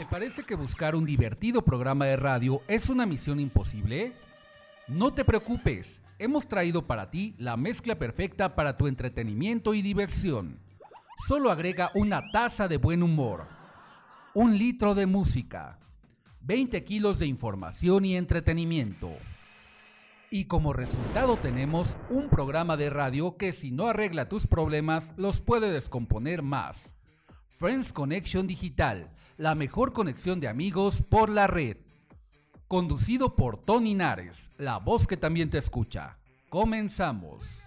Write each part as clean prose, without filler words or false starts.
parece que buscar un divertido programa de radio es una misión imposible? No te preocupes, hemos traído para ti la mezcla perfecta para tu entretenimiento y diversión. Solo agrega una taza de buen humor, 1 litro de música, 20 kilos de información y entretenimiento. Y como resultado tenemos un programa de radio que si no arregla tus problemas, los puede descomponer más. Friends Connection Digital, la mejor conexión de amigos por la red. Conducido por Tony Nares, la voz que también te escucha. Comenzamos.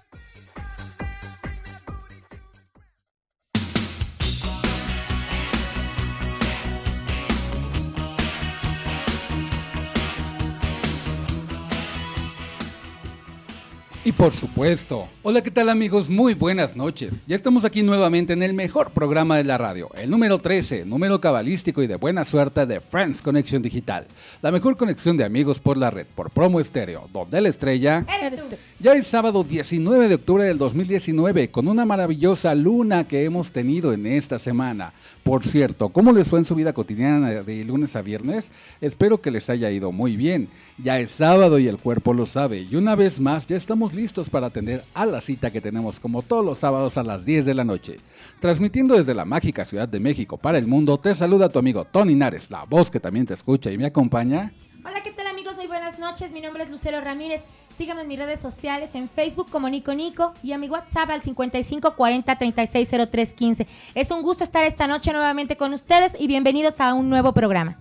Y por supuesto, hola, ¿qué tal amigos? Muy buenas noches. Ya estamos aquí nuevamente en el mejor programa de la radio, el número 13, número cabalístico y de buena suerte de Friends Connection Digital, la mejor conexión de amigos por la red, por Promo Estéreo, donde la estrella eres tú. Ya es sábado 19 de octubre del 2019, con una maravillosa luna que hemos tenido en esta semana. Por cierto, ¿cómo les fue en su vida cotidiana de lunes a viernes? Espero que les haya ido muy bien. Ya es sábado y el cuerpo lo sabe. Y una vez más, ya estamos listos para atender a la cita que tenemos como todos los sábados a las 10 de la noche. Transmitiendo desde la mágica Ciudad de México para el mundo, te saluda tu amigo Tony Nares, la voz que también te escucha y me acompaña. Hola, ¿qué tal amigos? Muy buenas noches. Mi nombre es Lucero Ramírez. Síganme en mis redes sociales, en Facebook como Nico Nico y a mi WhatsApp al 55 40 36 03 15. Es un gusto estar esta noche nuevamente con ustedes y bienvenidos a un nuevo programa.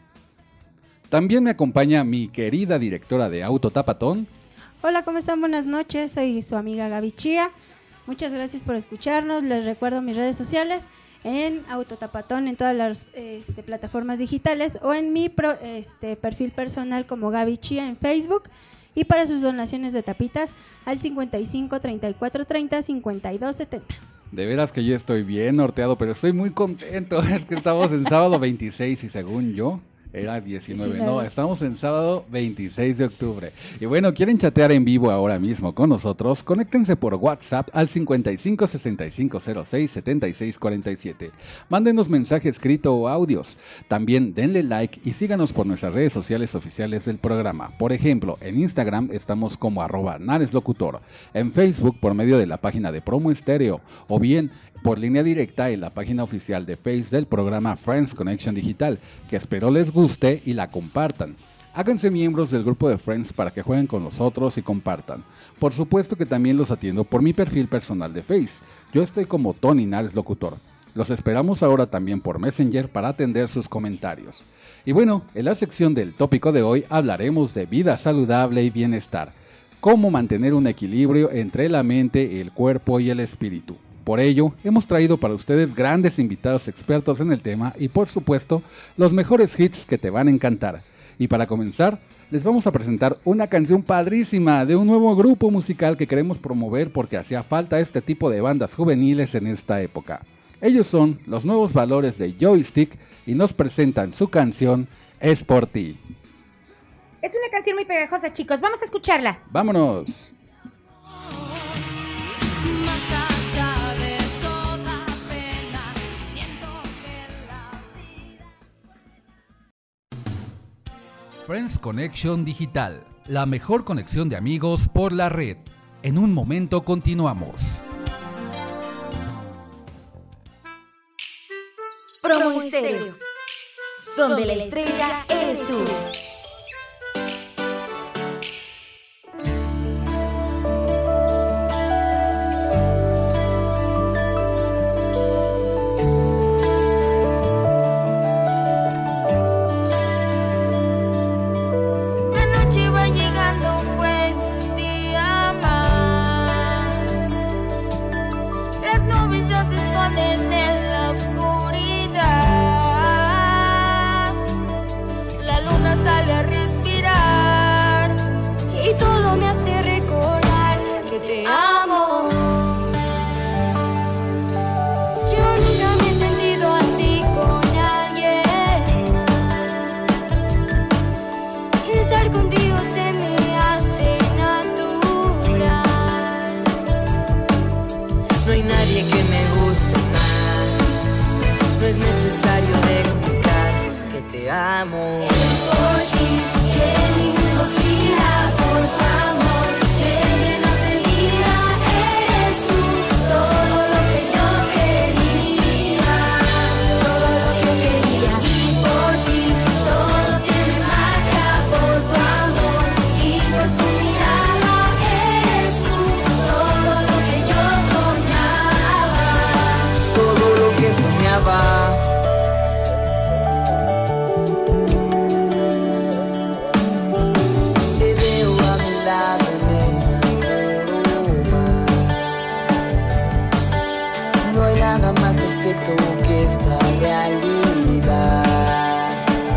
También me acompaña mi querida directora de Autotapatón. Hola, ¿cómo están? Buenas noches. Soy su amiga Gaby Chía. Muchas gracias por escucharnos. Les recuerdo mis redes sociales en Autotapatón en todas las plataformas digitales o en mi perfil personal como Gaby Chía en Facebook. Y para sus donaciones de tapitas al 55 34 30 52 70. De veras que yo estoy bien norteado, pero estoy muy contento. Es que estamos en sábado 26 y según yo era 19. No, estamos en sábado 26 de octubre. Y bueno, ¿quieren chatear en vivo ahora mismo con nosotros? Conéctense por WhatsApp al 55 65 06 76 47. Mándenos mensaje escrito o audios. También denle like y síganos por nuestras redes sociales oficiales del programa. Por ejemplo, en Instagram estamos como @nareslocutor. En Facebook por medio de la página de Promo Estéreo. O bien por línea directa en la página oficial de Face del programa Friends Connection Digital, que espero les guste y la compartan. Háganse miembros del grupo de Friends para que jueguen con nosotros y compartan. Por supuesto que también los atiendo por mi perfil personal de Face. Yo estoy como Tony Nares Locutor. Los esperamos ahora también por Messenger para atender sus comentarios. Y bueno, en la sección del tópico de hoy hablaremos de vida saludable y bienestar. Cómo mantener un equilibrio entre la mente, el cuerpo y el espíritu. Por ello, hemos traído para ustedes grandes invitados expertos en el tema y por supuesto, los mejores hits que te van a encantar. Y para comenzar, les vamos a presentar una canción padrísima de un nuevo grupo musical que queremos promover porque hacía falta este tipo de bandas juveniles en esta época. Ellos son Los Nuevos Valores de Joystick y nos presentan su canción Es por ti. Es una canción muy pegajosa, chicos. Vamos a escucharla. ¡Vámonos! Friends Connection Digital, la mejor conexión de amigos por la red. En un momento continuamos. Promo Estéreo, donde la estrella eres tú. No es necesario de explicar que te amo. Es por ti que mi mundo gira, por tu amor que llenas de vida. Eres tú todo lo que yo quería, todo lo que quería. Y por ti todo tiene magia, por tu amor y por tu mirada. Eres tú todo lo que yo soñaba, Todo lo que soñaba. Te veo a mi lado, me enamoro más. No hay nada más perfecto que esta realidad.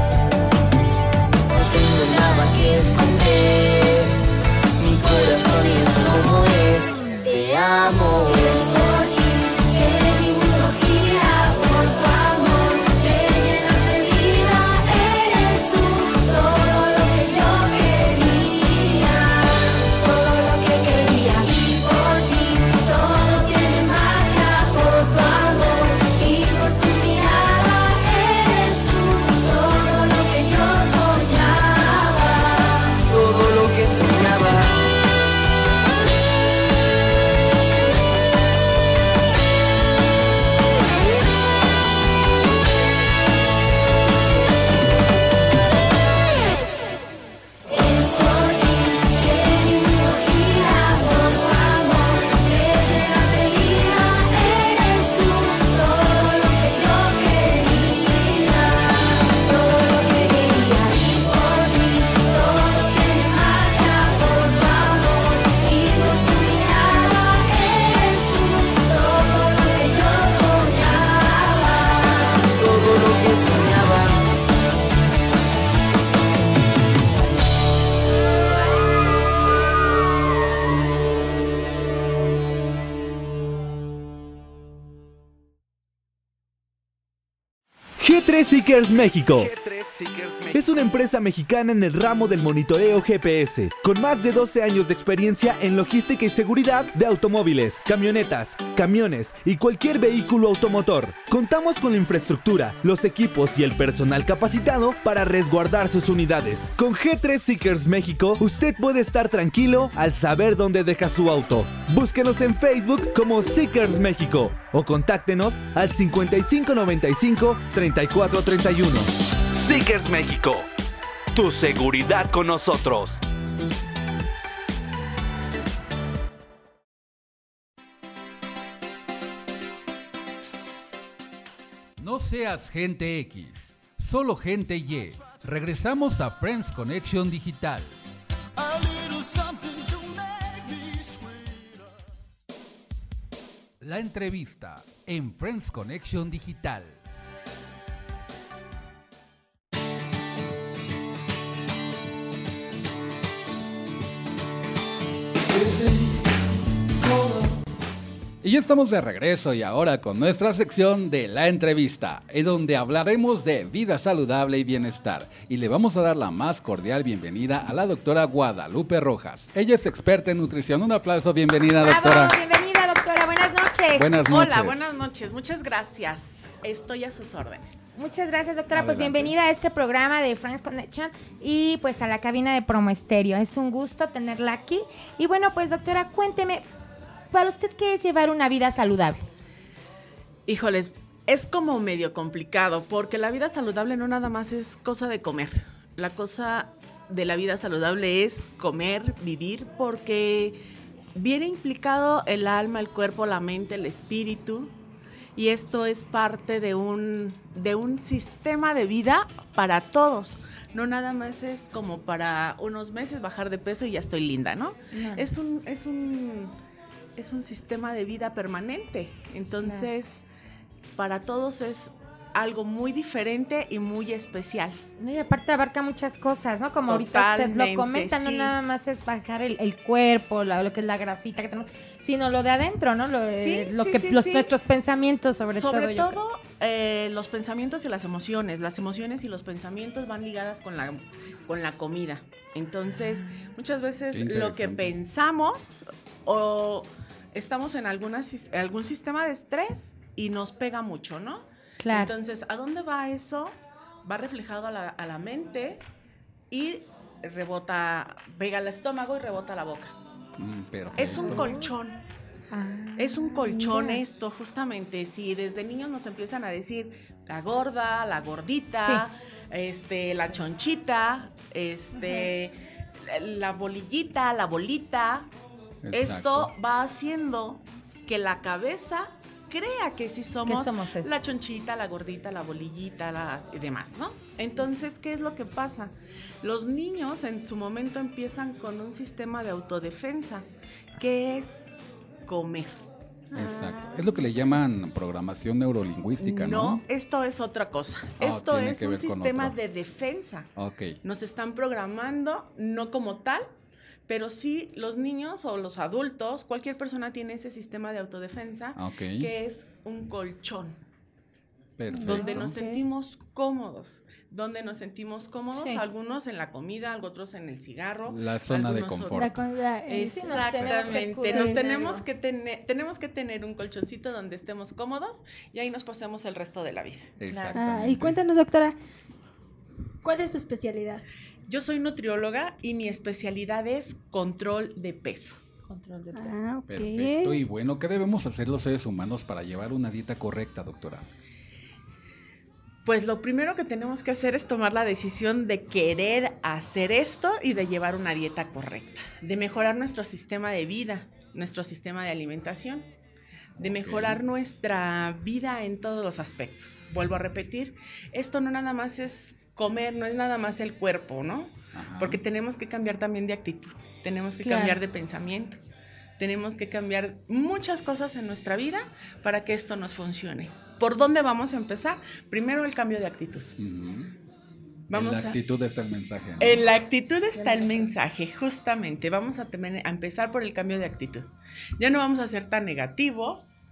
No tengo nada que esconder. Mi corazón es como es. Te amo. es por ti que mi mundo gira, por tu amor que llenas de vida. Eres tú todo lo que yo quería, todo lo que quería. Y por ti todo tiene magia, por tu amor y por tu mirada. Eres tú todo lo que yo soñaba. Todo lo que soñaba. Es por ti que mi mundo gira, por tu amor que llenas de vida. Eres tú todo lo que yo quería, todo lo que quería. Y por ti todo tiene magia, por tu amor y por tu mirada. Eres tú todo lo que yo soñaba. Todo lo que soñaba. G3 Seekers México. Es una empresa mexicana en el ramo del monitoreo GPS, con más de 12 años de experiencia en logística y seguridad de automóviles, camionetas, camiones y cualquier vehículo automotor. Contamos con la infraestructura, los equipos y el personal capacitado para resguardar sus unidades. Con G3 Seekers México, usted puede estar tranquilo al saber dónde deja su auto. Búsquenos en Facebook como Seekers México o contáctenos al 5595 3431. Seekers México. Tu seguridad con nosotros. No seas gente X, solo gente Y. Regresamos a Friends Connection Digital. La entrevista en Friends Connection Digital. Y ya estamos de regreso y ahora con nuestra sección de la entrevista, en donde hablaremos de vida saludable y bienestar. Y le vamos a dar la más cordial bienvenida a la doctora Guadalupe Rojas. Ella es experta en nutrición. Un aplauso, bienvenida, doctora. ¡Bravo! Bienvenida, doctora. Buenas noches. Buenas noches. Hola, buenas noches. Muchas gracias. Estoy a sus órdenes. Muchas gracias, doctora. Pues Adelante. bienvenida a este programa de Friends Connection y pues a la cabina de Promo Estéreo. Es un gusto tenerla aquí. Y bueno, pues doctora, cuénteme, ¿para usted qué es llevar una vida saludable? Híjoles, es como medio complicado porque la vida saludable no nada más es cosa de comer. La cosa de la vida saludable es comer, vivir, porque viene implicado el alma, el cuerpo, la mente, el espíritu. Y esto es parte de un sistema de vida para todos. No nada más es como para unos meses bajar de peso y ya estoy linda, ¿no? No. Es un sistema de vida permanente. Entonces, para todos es algo muy diferente y muy especial. No, y aparte abarca muchas cosas, ¿no? Como ahorita usted lo Totalmente, comenta, no sí. nada más es bajar el cuerpo, lo que es la grasita que tenemos, sino lo de adentro, ¿no? Sí, sí. Nuestros pensamientos sobre todo. Sobre yo todo, los pensamientos y las emociones. Las emociones y los pensamientos van ligadas con la comida. Entonces, muchas veces Qué lo que interesante. pensamos o estamos en algún sistema de estrés y nos pega mucho, ¿no? Claro. Entonces, ¿a dónde va eso? va reflejado a la mente y rebota, pega al estómago y rebota a la boca. Perfecto. Es un colchón. Es un colchón esto, justamente. Si desde niños nos empiezan a decir la gorda, la gordita, la chonchita, la bolillita, la bolita, Exacto. esto va haciendo que la cabeza crea que sí somos, eso. la chonchita, la gordita, la bolillita, y demás, ¿no? Entonces, ¿qué es lo que pasa? Los niños en su momento empiezan con un sistema de autodefensa, que es comer. Exacto. Es lo que le llaman programación neurolingüística, ¿no? No, esto es otra cosa. Esto tiene es que un ver con sistema otro. de defensa. Ok. Nos están programando, no como tal, pero sí los niños o los adultos, cualquier persona tiene ese sistema de autodefensa, Ok. que es un colchón, Perfecto. donde nos sentimos cómodos. Sí. Algunos en la comida, otros en el cigarro. La zona de algunos confort. Exactamente, nos tenemos que tener un colchoncito donde estemos cómodos y ahí nos pasemos el resto de la vida. Exactamente. Y cuéntanos, doctora, ¿cuál es su especialidad? Yo soy nutrióloga y mi especialidad es control de peso. Control de peso. Ok. Perfecto. Y bueno, ¿qué debemos hacer los seres humanos para llevar una dieta correcta, doctora? Pues lo primero que tenemos que hacer es tomar la decisión de querer hacer esto y de llevar una dieta correcta, de mejorar nuestro sistema de vida, nuestro sistema de alimentación, de mejorar nuestra vida en todos los aspectos. Vuelvo a repetir, esto no nada más es comer, no es nada más el cuerpo, ¿no? Ajá. Porque tenemos que cambiar también de actitud, tenemos que Claro. cambiar de pensamiento, tenemos que cambiar muchas cosas en nuestra vida para que esto nos funcione. ¿Por dónde vamos a empezar? Primero el cambio de actitud. Ujú. Vamos En la actitud está el mensaje, ¿no? En la actitud está el mensaje, justamente. Vamos a empezar por el cambio de actitud. Ya no vamos a ser tan negativos.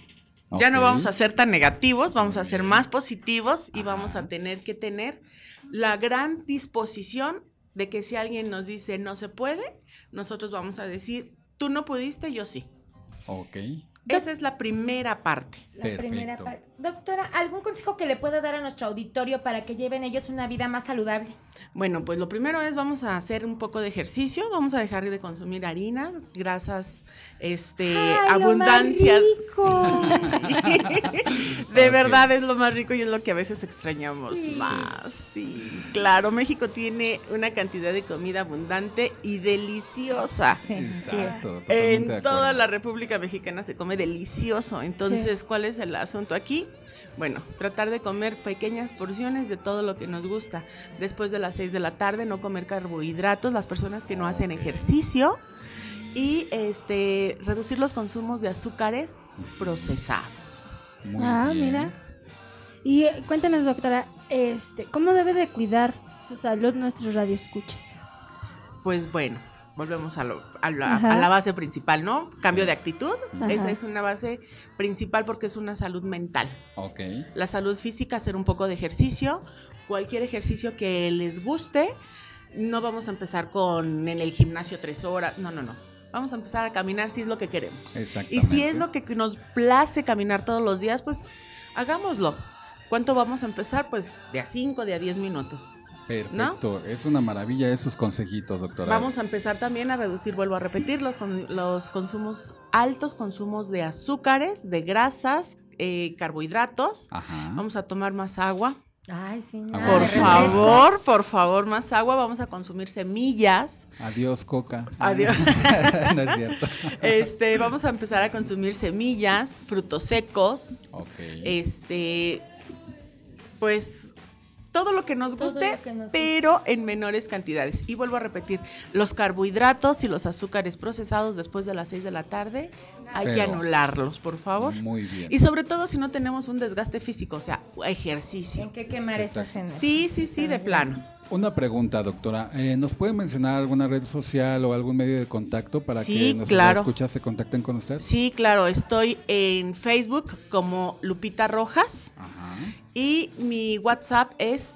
Ya no Ok. vamos a ser tan negativos, vamos a ser más positivos y Ajá. vamos a tener que tener la gran disposición de que si alguien nos dice no se puede, nosotros vamos a decir, tú no pudiste, yo sí. Ok. Esa es la primera parte. La Perfecto. primera parte. Doctora, ¿algún consejo que le pueda dar a nuestro auditorio para que lleven ellos una vida más saludable? Bueno, pues lo primero es vamos a hacer un poco de ejercicio, vamos a dejar de consumir harinas, grasas, ¡Ay, abundancias. lo más rico! De Ok. verdad es lo más rico y es lo que a veces extrañamos Sí. más. Sí, claro, México tiene una cantidad de comida abundante y deliciosa. Sí, Exacto. Totalmente de En acuerdo. toda la República Mexicana se come delicioso. Entonces, ¿cuál es el asunto aquí? Bueno, tratar de comer pequeñas porciones de todo lo que nos gusta. Después de las 6 de la tarde, no comer carbohidratos, las personas que no hacen ejercicio. Y reducir los consumos de azúcares procesados. Muy bien. Mira. Y cuéntanos, doctora, ¿cómo debe de cuidar su salud nuestros radioescuchas? Pues bueno, volvemos a Ajá. la base principal, ¿no? Cambio de actitud. Ajá. Esa es una base principal porque es una salud mental. Ok. La salud física, hacer un poco de ejercicio, cualquier ejercicio que les guste. No vamos a empezar en el gimnasio 3 horas, no. Vamos a empezar a caminar si es lo que queremos. Exactamente. Y si es lo que nos place caminar todos los días, pues hagámoslo. ¿Cuánto vamos a empezar? Pues de a 5, de a 10 minutos. Perfecto. Es una maravilla esos consejitos, doctora. Vamos a empezar también a reducir, vuelvo a repetir, los consumos, altos consumos de azúcares, de grasas, carbohidratos. Ajá. Vamos a tomar más agua. Ay, sí. Ah, nada de Por favor, más agua. Vamos a consumir semillas. Adiós, coca. Adiós. No es cierto. Vamos a empezar a consumir semillas, frutos secos. Ok. Pues todo lo que nos Todo guste, lo que nos pero en menores cantidades. Y vuelvo a repetir, los carbohidratos y los azúcares procesados después de las 6 de la tarde, hay que Cero. anularlos, por favor. Muy bien. Y sobre todo si no tenemos un desgaste físico, o sea, ejercicio. ¿En qué quemar esas Exacto. energías? Sí, de plano. Una pregunta, doctora. ¿Nos puede mencionar alguna red social o algún medio de contacto para Sí, que nuestros claro. escuchas se contacten con usted? Sí, claro, estoy en Facebook como Lupita Rojas. Ajá. Y mi WhatsApp es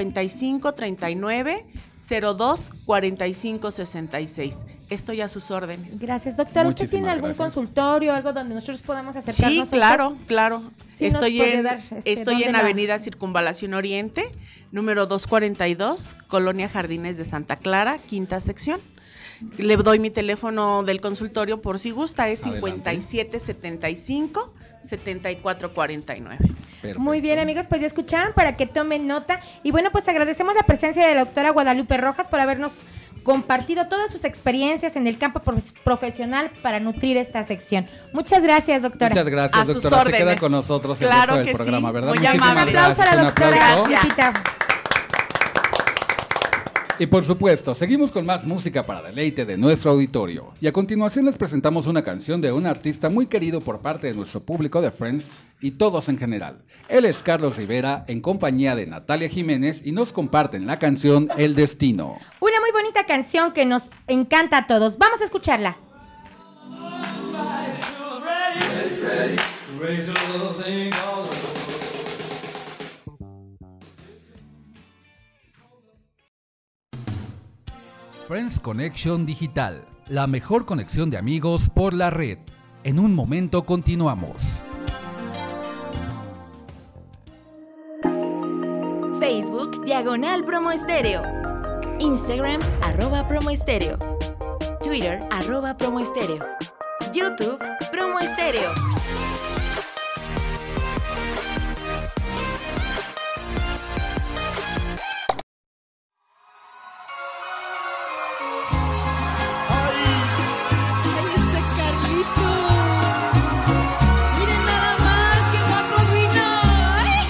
5539 02 45 66. Estoy a sus órdenes. Gracias, doctora. ¿Usted Muchísimas tiene algún gracias. consultorio, algo donde nosotros podamos acercarnos? Sí, a usted? claro. Sí nos estoy puede en, dar, estoy ¿dónde en la- Avenida Circunvalación Oriente, número 242, Colonia Jardines de Santa Clara, quinta sección. Le doy mi teléfono del consultorio por si gusta, es Adelante. 5775-7449. Perfecto. Muy bien, amigos, pues ya escucharon para que tomen nota. Y bueno, pues agradecemos la presencia de la doctora Guadalupe Rojas por habernos compartido todas sus experiencias en el campo profesional para nutrir esta sección. Muchas gracias, doctora. Muchas gracias, A sus doctora. Se queda órdenes. con nosotros el Claro resto del que sí, programa, ¿verdad? muy Muchísimas amable. Un aplauso a gracias, la un doctora aplauso. Gracias. Lupita. Y por supuesto, seguimos con más música para deleite de nuestro auditorio. Y a continuación les presentamos una canción de un artista muy querido por parte de nuestro público de Friends y todos en general. Él es Carlos Rivera en compañía de Natalia Jiménez y nos comparten la canción El Destino. Una muy bonita canción que nos encanta a todos. Vamos a escucharla. Friends Connection Digital, la mejor conexión de amigos por la red. En un momento continuamos. Facebook, Diagonal Promo Estéreo. Instagram, @Promo Estéreo. Twitter, @Promo Estéreo. YouTube, Promo Estéreo. Ay, ese Carlito. Miren nada más que guapo vino. Ay.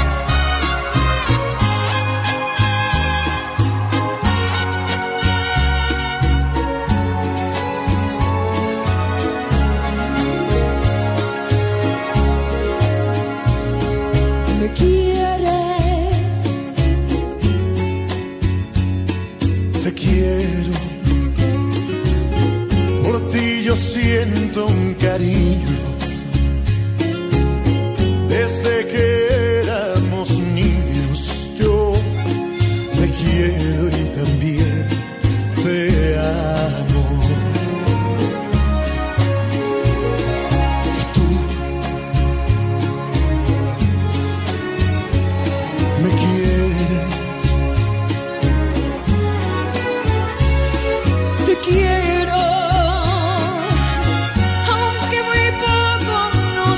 Me quieres, te quiero, por ti yo siento un cariño, desde que éramos niños yo te quiero y también te amo. Y tú me quieres, te quiero, Aunque muy poco nos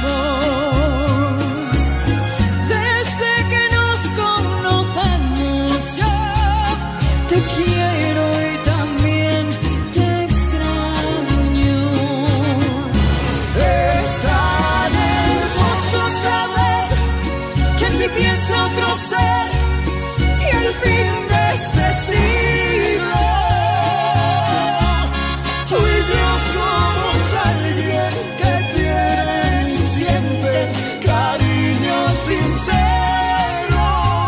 vemos, desde que nos conocemos yo te quiero y también te extraño. es tan hermoso saber que en ti piensa otro ser y al fin de este siglo tú y yo somos alguien que quieren y sienten cariño sincero.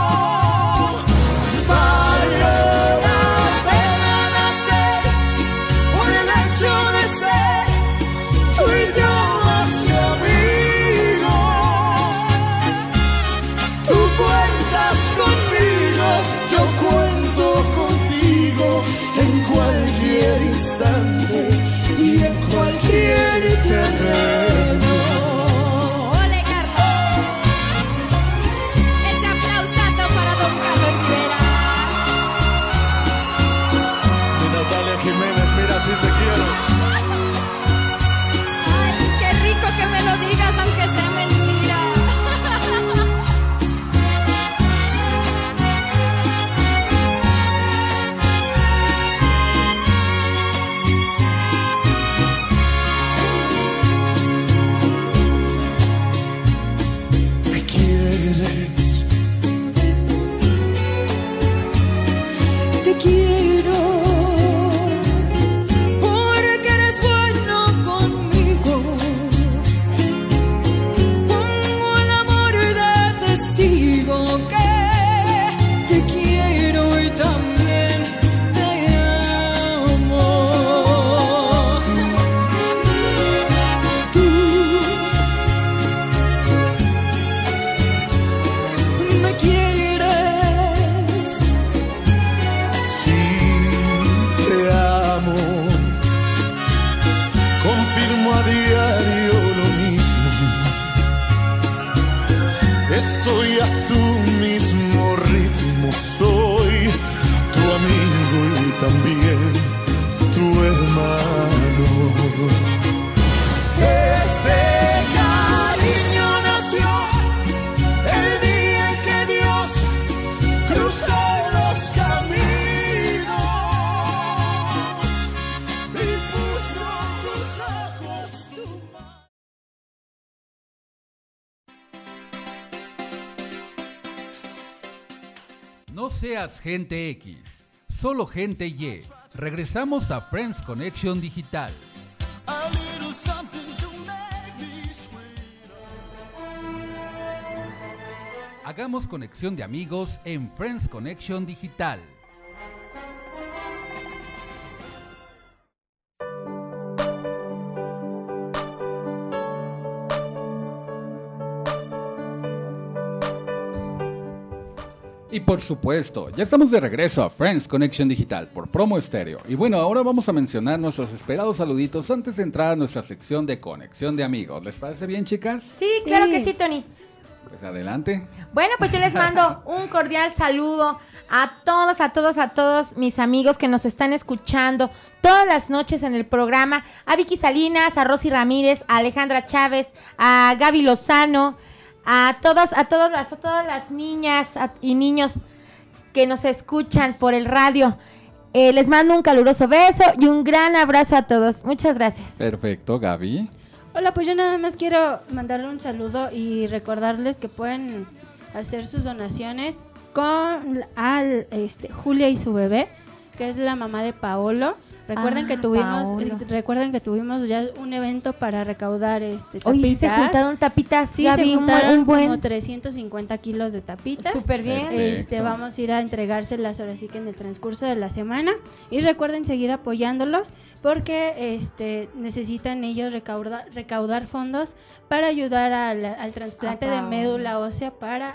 Vale la pena nacer por el hecho de ser tú y yo más que amigos. Tú cuentas conmigo, Yo cuento contigo. estoy a tu mismo ritmo, soy tu amigo y también tu hermano. Este cariño nació el día en que Dios cruzó los caminos y puso tus ojos tu mano. No seas gente X, solo gente Y. Regresamos a Friends Connection Digital. Hagamos conexión de amigos en Friends Connection Digital. Y por supuesto, ya estamos de regreso a Friends Connection Digital por Promo Estéreo. Y bueno, ahora vamos a mencionar nuestros esperados saluditos antes de entrar a nuestra sección de Conexión de Amigos. ¿Les parece bien, chicas? Sí, claro que sí, Tony. Pues adelante. Bueno, pues yo les mando un cordial saludo a todos mis amigos que nos están escuchando todas las noches en el programa. A Vicky Salinas, a Rosy Ramírez, a Alejandra Chávez, a Gaby Lozano, a todas las niñas y niños que nos escuchan por el radio. Les mando un caluroso beso y un gran abrazo a todos. Muchas gracias. Perfecto, Gaby. Hola, pues yo nada más quiero mandarle un saludo y recordarles que pueden hacer sus donaciones con Julia y su bebé, que es la mamá de Paolo. Recuerden que tuvimos ya un evento para recaudar tapitas. Hoy se juntaron tapitas, sí, Gaby, se juntaron un buen como 350 kilos de tapitas. Súper bien. Vamos a ir a entregárselas ahora sí que en el transcurso de la semana. Y recuerden seguir apoyándolos porque necesitan ellos recaudar fondos para ayudar al trasplante de médula ósea para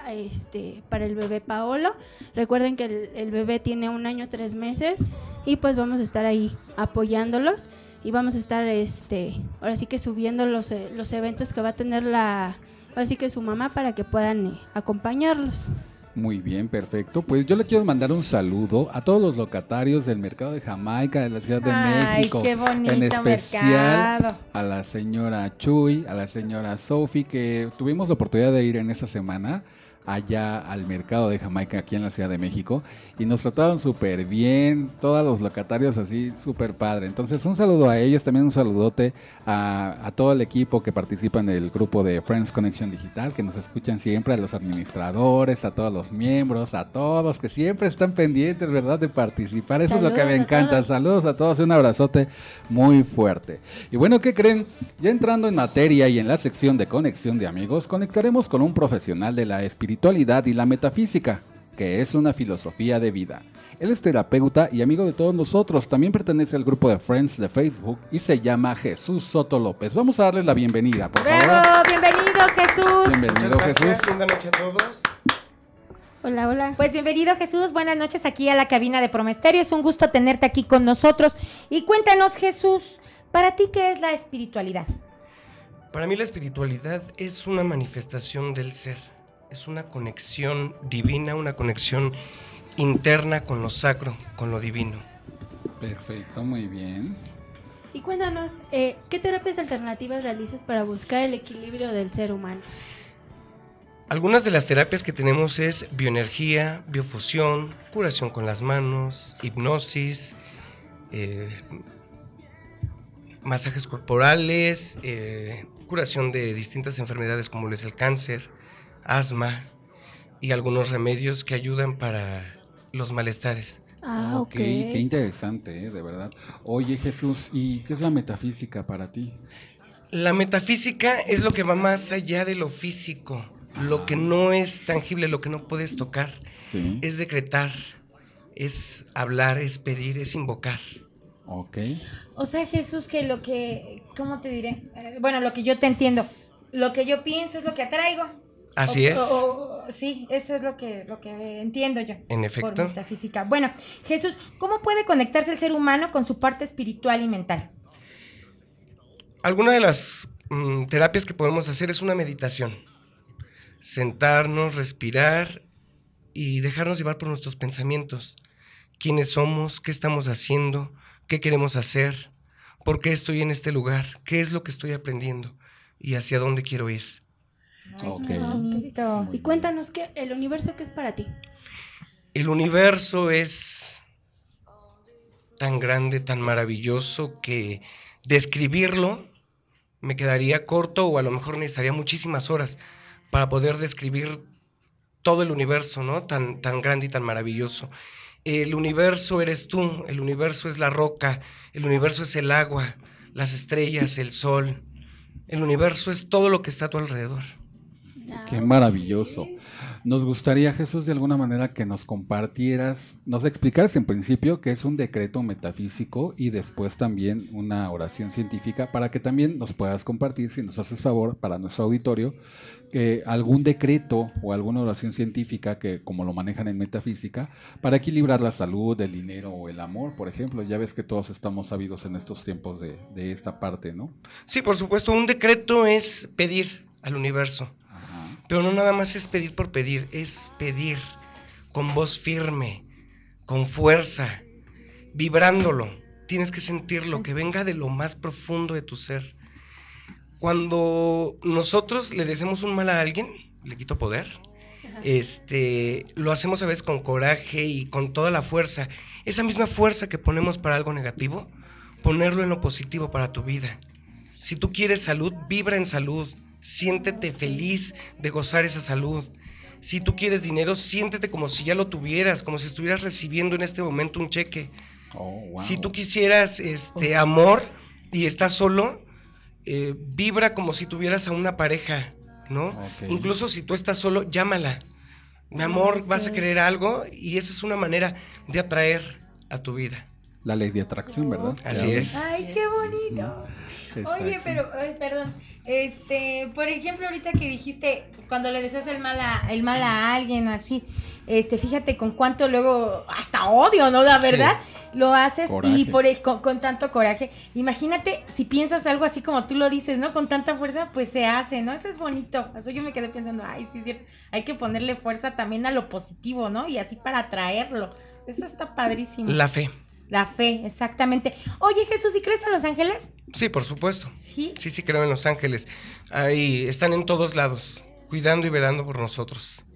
el bebé Paolo. Recuerden que el bebé tiene 1 año 3 meses y pues vamos a estar ahí apoyándolos y vamos a estar ahora sí que subiendo los eventos que va a tener ahora sí que su mamá para que puedan acompañarlos. Muy bien, perfecto. Pues yo le quiero mandar un saludo a todos los locatarios del mercado de Jamaica, de la Ciudad de México. Qué bonito en especial mercado. A la señora Chuy, a la señora Sophie, que tuvimos la oportunidad de ir en esta semana allá al mercado de Jamaica aquí en la Ciudad de México y nos trataron súper bien, todos los locatarios así súper padre. Entonces un saludo a ellos, también un saludote a todo el equipo que participa en el grupo de Friends Connection Digital, que nos escuchan siempre, a los administradores, a todos los miembros, a todos que siempre están pendientes, ¿verdad?, de participar. Eso Saludos es lo que me encanta. todos. Saludos a todos y un abrazote muy fuerte. Y bueno, ¿qué creen? Ya entrando en materia y en la sección de Conexión de Amigos, conectaremos con un profesional de la espiritualidad y la metafísica, que es una filosofía de vida. Él es terapeuta y amigo de todos nosotros. También pertenece al grupo de Friends de Facebook y se llama Jesús Soto López. Vamos a darles la bienvenida, por favor. ¡Bravo! Bienvenido, Jesús. Bienvenido, Jesús. Buenas noches a todos. Hola, hola. Pues bienvenido, Jesús. Buenas noches aquí a la cabina de Promo Estéreo. Es un gusto tenerte aquí con nosotros. Y cuéntanos, Jesús, ¿para ti qué es la espiritualidad? Para mí la espiritualidad es una manifestación del ser. Es una conexión divina, una conexión interna con lo sacro, con lo divino. Perfecto, muy bien. Y cuéntanos, ¿qué terapias alternativas realizas para buscar el equilibrio del ser humano? Algunas de las terapias que tenemos es bioenergía, biofusión, curación con las manos, hipnosis, masajes corporales, curación de distintas enfermedades como es el cáncer, asma y algunos remedios que ayudan para los malestares. Ok, qué interesante, de verdad. Oye, Jesús, ¿y qué es la metafísica para ti? La metafísica es lo que va más allá de lo físico, lo que no es tangible, lo que no puedes tocar. Sí. Es decretar, es hablar, es pedir, es invocar. Ok. O sea, Jesús, que ¿cómo te diré? Bueno, lo que yo te entiendo, lo que yo pienso es lo que atraigo. Así es. Sí, eso es lo que entiendo yo. En efecto. Por metafísica. Bueno, Jesús, ¿cómo puede conectarse el ser humano con su parte espiritual y mental? Alguna de las terapias que podemos hacer es una meditación. sentarnos, respirar y dejarnos llevar por nuestros pensamientos. ¿Quiénes somos? ¿Qué estamos haciendo? ¿Qué queremos hacer? ¿Por qué estoy en este lugar? ¿Qué es lo que estoy aprendiendo? ¿Y hacia dónde quiero ir? Ok. Qué bonito. Y cuéntanos, el universo, ¿qué es para ti? El universo es tan grande, tan maravilloso, que describirlo me quedaría corto, o a lo mejor necesitaría muchísimas horas para poder describir todo el universo, ¿no? Tan grande y tan maravilloso. El universo eres tú, el universo es la roca, el universo es el agua, las estrellas, el sol. El universo es todo lo que está a tu alrededor. Qué maravilloso. Nos gustaría, Jesús, de alguna manera que nos compartieras, nos explicaras en principio qué es un decreto metafísico y después también una oración científica, para que también nos puedas compartir, si nos haces favor, para nuestro auditorio, algún decreto o alguna oración científica que, como lo manejan en metafísica, para equilibrar la salud, el dinero o el amor, por ejemplo. Ya ves que todos estamos sabidos en estos tiempos de esta parte, ¿no? Sí, por supuesto, un decreto es pedir al universo. Pero no nada más es pedir por pedir, es pedir con voz firme, con fuerza, vibrándolo. Tienes que sentirlo, que venga de lo más profundo de tu ser. Cuando nosotros le deseamos un mal a alguien, le quito poder, lo hacemos a veces con coraje y con toda la fuerza. Esa misma fuerza que ponemos para algo negativo, ponerlo en lo positivo para tu vida. Si tú quieres salud, vibra en salud. Siéntete feliz de gozar esa salud. Si tú quieres dinero, siéntete como si ya lo tuvieras, como si estuvieras recibiendo en este momento un cheque. Wow. Si tú quisieras amor y estás solo, vibra como si tuvieras a una pareja, ¿no? Okay. Incluso si tú estás solo, llámala. Mi amor, vas a querer algo, y esa es una manera de atraer a tu vida. La ley de atracción, ¿verdad? Así es. Ay, qué bonito. Oye, pero, perdón, por ejemplo, ahorita que dijiste, cuando le deseas el mal a alguien o así, fíjate con cuánto luego, hasta odio, ¿no? La verdad, sí. Lo haces coraje. Y con tanto coraje. Imagínate si piensas algo así como tú lo dices, ¿no? Con tanta fuerza, pues se hace, ¿no? Eso es bonito. Así yo me quedé pensando, ay, sí es cierto, hay que ponerle fuerza también a lo positivo, ¿no? Y así para atraerlo. Eso está padrísimo. La fe. La fe, exactamente. Oye, Jesús, ¿y crees en los ángeles? Sí, por supuesto. ¿Sí? Sí, creo en los ángeles. Ahí están en todos lados, cuidando y velando por nosotros.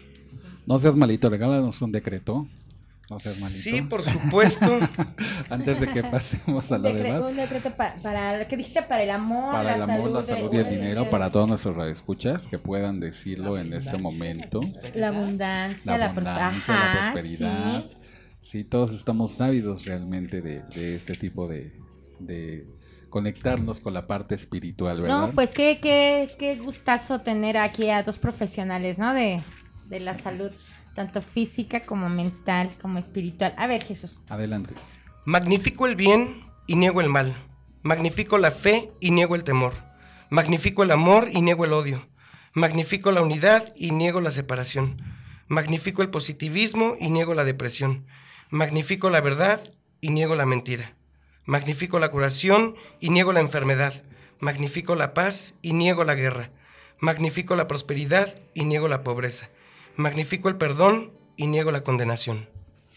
No seas malito, regálanos un decreto. No seas malito. Sí, por supuesto. Antes de que pasemos a lo demás. Un decreto para ¿qué dijiste? Para el amor, para el amor, la salud y el dinero, para todos nuestros radioescuchas que puedan decirlo en este momento. La abundancia, la prosperidad. Sí. Sí, todos estamos ávidos realmente de este tipo de conectarnos con la parte espiritual, ¿verdad? No, pues qué gustazo tener aquí a dos profesionales, ¿no? De la salud, tanto física como mental, como espiritual. A ver, Jesús. Adelante. Magnifico el bien y niego el mal. Magnifico la fe y niego el temor. Magnifico el amor y niego el odio. Magnifico la unidad y niego la separación. Magnifico el positivismo y niego la depresión. Magnifico la verdad y niego la mentira. Magnifico la curación y niego la enfermedad. Magnifico la paz y niego la guerra. Magnifico la prosperidad y niego la pobreza. Magnifico el perdón y niego la condenación.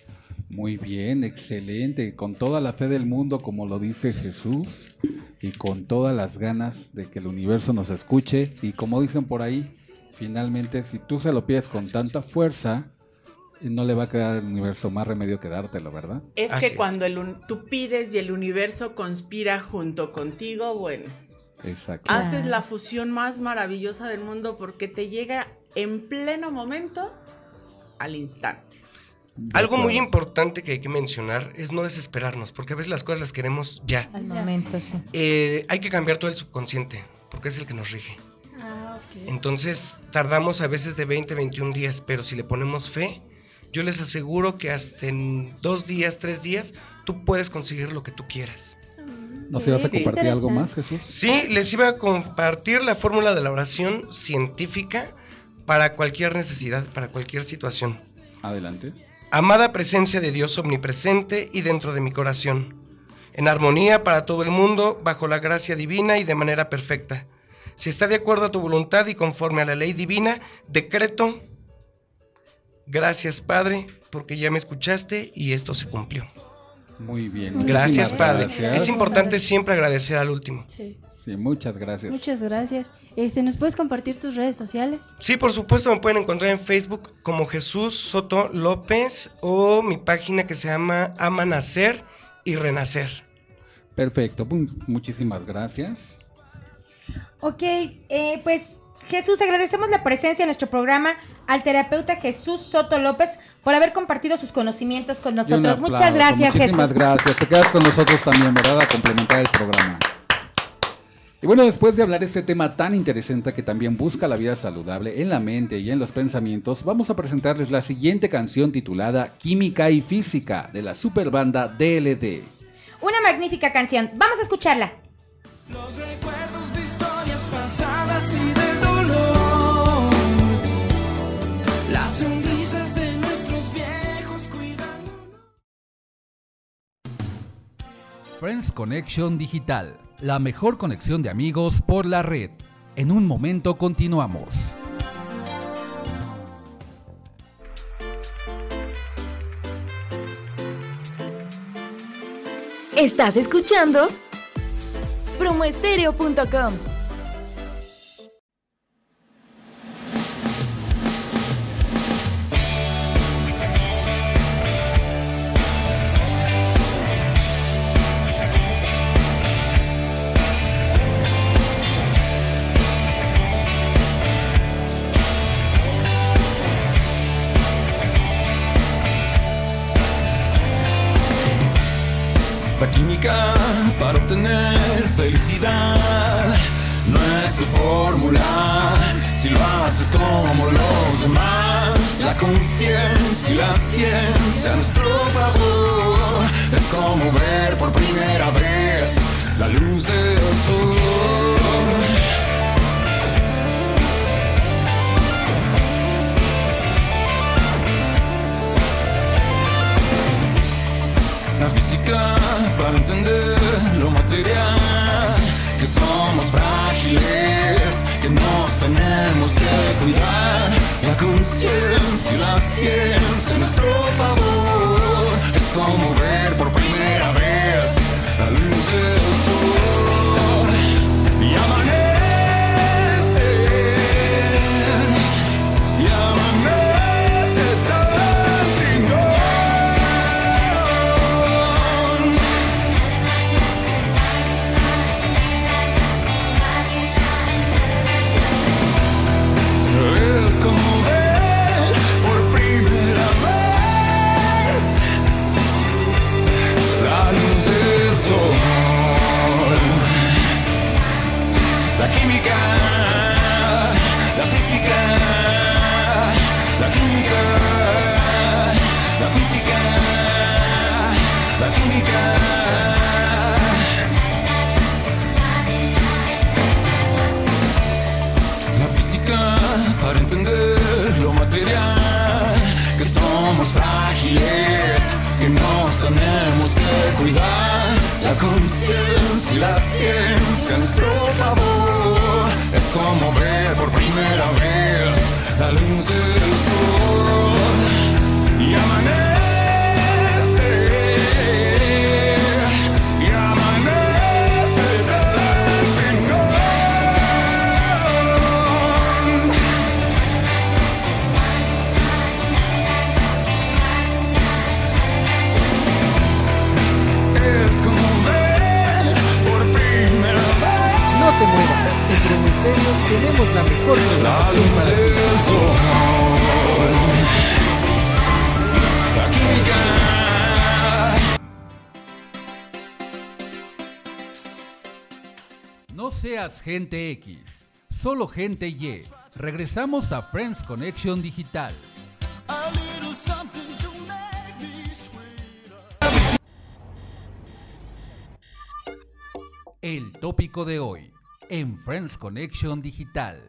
Muy bien, excelente. Con toda la fe del mundo, como lo dice Jesús, y con todas las ganas de que el universo nos escuche. Y como dicen por ahí, finalmente, si tú se lo pides con tanta fuerza, no le va a quedar al universo más remedio que dártelo, ¿verdad? Es que cuando tú pides y el universo conspira junto contigo, bueno, exacto. Haces la fusión más maravillosa del mundo porque te llega en pleno momento al instante. Algo muy importante que hay que mencionar es no desesperarnos, porque a veces las cosas las queremos ya. Al momento, sí. Hay que cambiar todo el subconsciente, porque es el que nos rige. Okay. Entonces, tardamos a veces de 20, 21 días, pero si le ponemos fe, yo les aseguro que hasta en 2 días, 3 días, tú puedes conseguir lo que tú quieras. ¿Nos ibas a compartir algo más, Jesús? Sí, les iba a compartir la fórmula de la oración científica para cualquier necesidad, para cualquier situación. Adelante. Amada presencia de Dios omnipresente y dentro de mi corazón, en armonía para todo el mundo, bajo la gracia divina y de manera perfecta. Si está de acuerdo a tu voluntad y conforme a la ley divina, decreto, gracias Padre, porque ya me escuchaste y esto se cumplió. Muy bien. Gracias, muchísimas Padre. gracias. Es importante siempre agradecer al último. Sí. Sí, muchas gracias. Muchas gracias. ¿Nos puedes compartir tus redes sociales? Sí, por supuesto, me pueden encontrar en Facebook como Jesús Soto López o mi página que se llama Ama Nacer y Renacer. Perfecto, muchísimas gracias. Ok, pues Jesús, agradecemos la presencia en nuestro programa al terapeuta Jesús Soto López por haber compartido sus conocimientos con Y un nosotros. aplauso. Muchas gracias, Muchísimas Jesús. gracias. Te quedas con nosotros también, ¿verdad? A complementar el programa. Y bueno, después de hablar de este tema tan interesante que también busca la vida saludable en la mente y en los pensamientos, vamos a presentarles la siguiente canción titulada Química y Física de la superbanda DLD. Una magnífica canción. Vamos a escucharla. Los recuerdos de historias pasadas y del dolor. Las sonrisas de nuestros viejos cuidando. Friends Connection Digital, la mejor conexión de amigos por la red. En un momento continuamos. Estás escuchando promoestereo.com. La química para obtener felicidad no es tu fórmula si lo haces como los demás. La conciencia y la ciencia a nuestro favor es como ver por primera vez la luz del sol. La física para entender lo material, que somos frágiles, que nos tenemos que cuidar. La conciencia y la ciencia a nuestro favor es como ver por primera vez la luz del sol. Y amanece, y amanece tan chingón. Es como ver por primera vez la luz del sol. La química, la física, la química, la física, la química. La física para entender lo material, que somos frágiles, que nos tenemos que cuidar. La conciencia y la ciencia a nuestro favor es como ver por primera vez la luz del sol. Y amanece, y amanece tan chingón. Es como ver por primera vez. No te muevas, en Promoestereo tenemos la mejor La programación luz para ti. del sol. La química. No seas gente X, solo gente Y. Regresamos a Friends Connection Digital. A little something to make me sweeter. El tópico de hoy en Friends Connection Digital.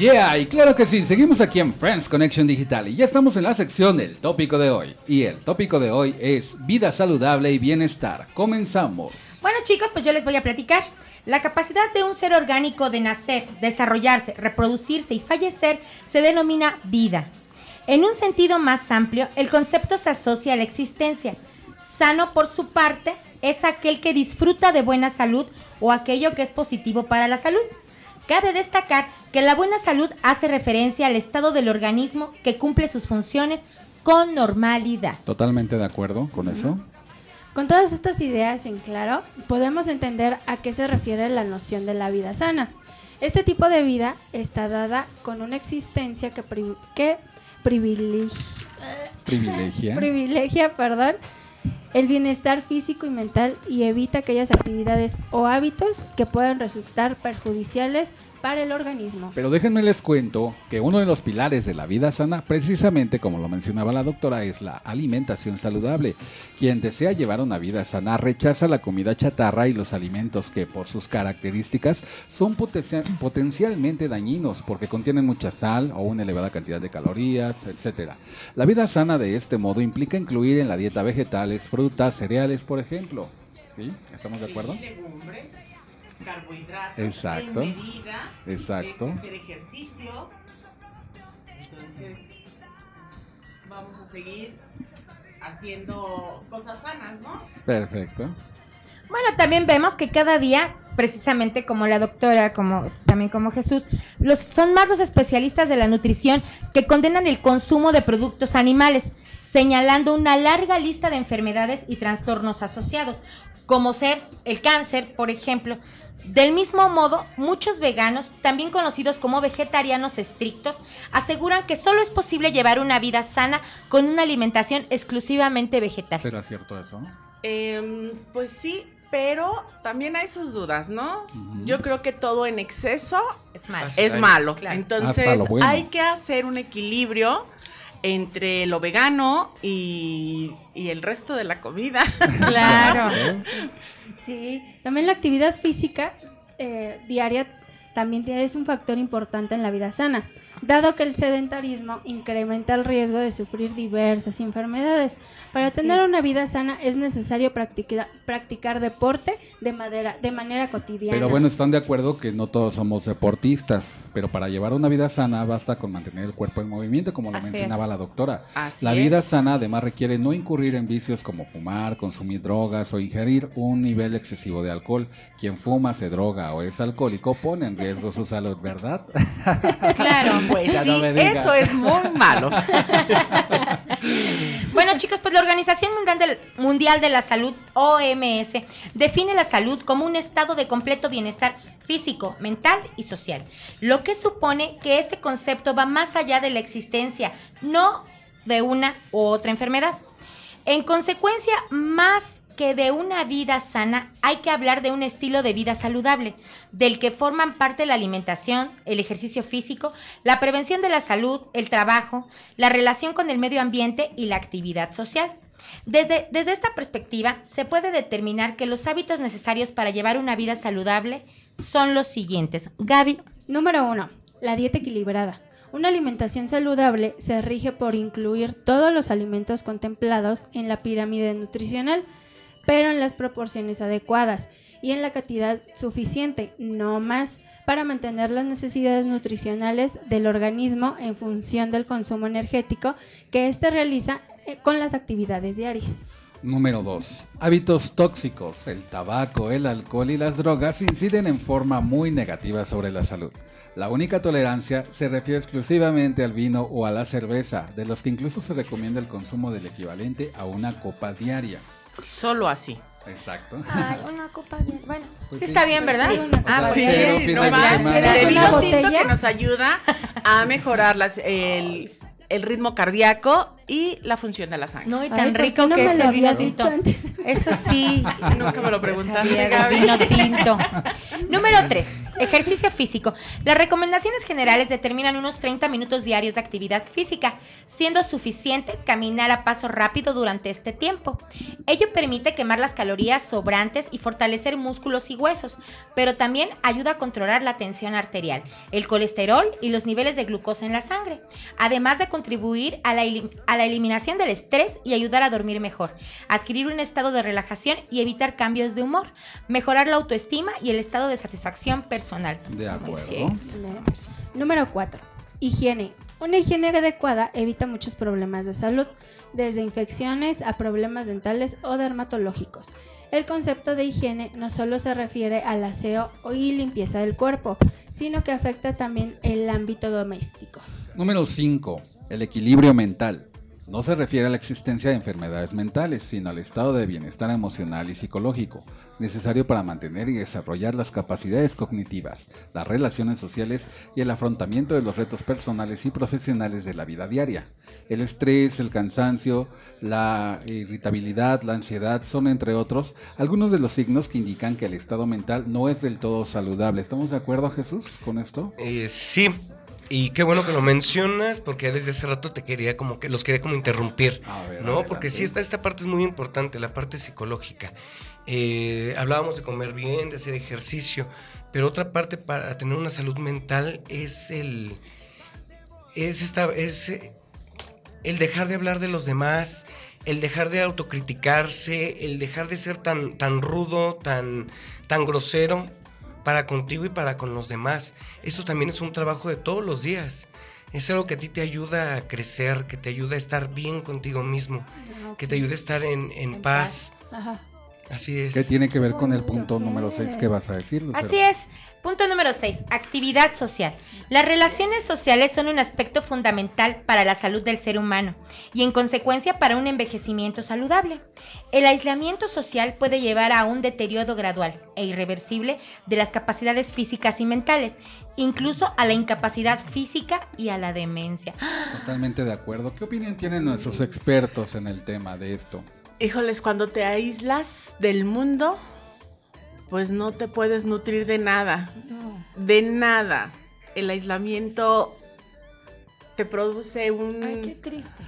Yeah, y claro que sí, seguimos aquí en Friends Connection Digital y ya estamos en la sección del tópico de hoy. Y el tópico de hoy es vida saludable y bienestar. Comenzamos. Bueno, chicos, pues yo les voy a platicar. La capacidad de un ser orgánico de nacer, desarrollarse, reproducirse y fallecer se denomina vida. En un sentido más amplio, el concepto se asocia a la existencia. Sano, por su parte, es aquel que disfruta de buena salud o aquello que es positivo para la salud. Cabe destacar que la buena salud hace referencia al estado del organismo que cumple sus funciones con normalidad. Totalmente de acuerdo con eso. Con todas estas ideas en claro, podemos entender a qué se refiere la noción de la vida sana. Este tipo de vida está dada con una existencia que privilegia, el bienestar físico y mental y evita aquellas actividades o hábitos que puedan resultar perjudiciales para el organismo. Pero déjenme les cuento que uno de los pilares de la vida sana, precisamente como lo mencionaba la doctora, es la alimentación saludable. Quien desea llevar una vida sana rechaza la comida chatarra y los alimentos que por sus características son potencialmente dañinos porque contienen mucha sal o una elevada cantidad de calorías, etc. La vida sana de este modo implica incluir en la dieta vegetales, frutas, cereales, por ejemplo. ¿Sí? ¿Estamos de acuerdo? Legumbres, carbohidratos, exacto, en medida, exacto. hacer ejercicio. Entonces, vamos a seguir haciendo cosas sanas, ¿no? Perfecto. Bueno, también vemos que cada día, precisamente como la doctora, como también como Jesús, son más los especialistas de la nutrición que condenan el consumo de productos animales, señalando una larga lista de enfermedades y trastornos asociados, como ser el cáncer, por ejemplo. Del mismo modo, muchos veganos, también conocidos como vegetarianos estrictos, aseguran que solo es posible llevar una vida sana con una alimentación exclusivamente vegetal. ¿Será cierto eso? Pues sí, pero también hay sus dudas, ¿no? Yo creo que todo en exceso es malo. Claro. Entonces, bueno, hay que hacer un equilibrio entre lo vegano y el resto de la comida. Claro. Sí, también la actividad física diaria también es un factor importante en la vida sana, dado que el sedentarismo incrementa el riesgo de sufrir diversas enfermedades. Para tener una vida sana es necesario practicar deporte de manera cotidiana. Pero bueno, están de acuerdo que no todos somos deportistas, pero para llevar una vida sana basta con mantener el cuerpo en movimiento, como lo mencionaba la doctora. La vida sana además requiere no incurrir en vicios como fumar, consumir drogas o ingerir un nivel excesivo de alcohol. Quien fuma, se droga o es alcohólico pone en riesgo su salud, ¿verdad? Claro, pues sí, no eso es muy malo. Bueno, chicos, pues la Organización Mundial de la Salud, OMS, define la salud como un estado de completo bienestar físico, mental y social, lo que supone que este concepto va más allá de la existencia, no de una u otra enfermedad. En consecuencia, más que de una vida sana, hay que hablar de un estilo de vida saludable, del que forman parte la alimentación, el ejercicio físico, la prevención de la salud, el trabajo, la relación con el medio ambiente y la actividad social. Desde esta perspectiva, se puede determinar que los hábitos necesarios para llevar una vida saludable son los siguientes. Gaby. Número 1. La dieta equilibrada. Una alimentación saludable se rige por incluir todos los alimentos contemplados en la pirámide nutricional, pero en las proporciones adecuadas y en la cantidad suficiente, no más, para mantener las necesidades nutricionales del organismo en función del consumo energético que éste realiza con las actividades diarias. Número 2. Hábitos tóxicos. El tabaco, el alcohol y las drogas inciden en forma muy negativa sobre la salud. La única tolerancia se refiere exclusivamente al vino o a la cerveza, de los que incluso se recomienda el consumo del equivalente a una copa diaria. Solo así. Exacto. Ay, una copa bien. Bueno, pues sí está bien, ¿verdad? Sí, sí, no más. El vino tinto que nos ayuda a mejorar el ritmo cardíaco y la función de la sangre. No, y Ay, tan ¿por qué rico no que me es lo el vino había tinto. dicho antes? Eso sí. Nunca me lo preguntaste, Sabía de Gaby. vino tinto. Número 3. Ejercicio físico. Las recomendaciones generales determinan unos 30 minutos diarios de actividad física, siendo suficiente caminar a paso rápido durante este tiempo. Ello permite quemar las calorías sobrantes y fortalecer músculos y huesos, pero también ayuda a controlar la tensión arterial, el colesterol y los niveles de glucosa en la sangre, además de contribuir a la eliminación del estrés y ayudar a dormir mejor, adquirir un estado de relajación y evitar cambios de humor, mejorar la autoestima y el estado de satisfacción personal. De Muy acuerdo. cierto. Número 4. Higiene. Una higiene adecuada evita muchos problemas de salud, desde infecciones a problemas dentales o dermatológicos. El concepto de higiene no solo se refiere al aseo y limpieza del cuerpo, sino que afecta también el ámbito doméstico. Número 5. El equilibrio mental. No se refiere a la existencia de enfermedades mentales, sino al estado de bienestar emocional y psicológico, necesario para mantener y desarrollar las capacidades cognitivas, las relaciones sociales y el afrontamiento de los retos personales y profesionales de la vida diaria. El estrés, el cansancio, la irritabilidad, la ansiedad son, entre otros, algunos de los signos que indican que el estado mental no es del todo saludable. ¿Estamos de acuerdo, Jesús, con esto? Sí. Y qué bueno que lo mencionas, porque desde hace rato los quería como interrumpir, A ver, ¿no? adelante. Porque sí, esta parte es muy importante, la parte psicológica. Hablábamos de comer bien, de hacer ejercicio, pero otra parte para tener una salud mental es el dejar de hablar de los demás, el dejar de autocriticarse, el dejar de ser tan rudo, tan grosero para contigo y para con los demás. Esto también es un trabajo de todos los días. Es algo que a ti te ayuda a crecer, que te ayuda a estar bien contigo mismo, que te ayuda a estar en paz. Ajá. Así es. ¿Qué tiene que ver con el punto número 6 que vas a decir, Lucero? Así es. Punto número 6. Actividad social. Las relaciones sociales son un aspecto fundamental para la salud del ser humano y en consecuencia para un envejecimiento saludable. El aislamiento social puede llevar a un deterioro gradual e irreversible de las capacidades físicas y mentales, incluso a la incapacidad física y a la demencia. Totalmente de acuerdo. ¿Qué opinión tienen nuestros expertos en el tema de esto? Híjoles, cuando te aíslas del mundo, pues no te puedes nutrir de nada. De nada. El aislamiento te produce Ay, qué triste.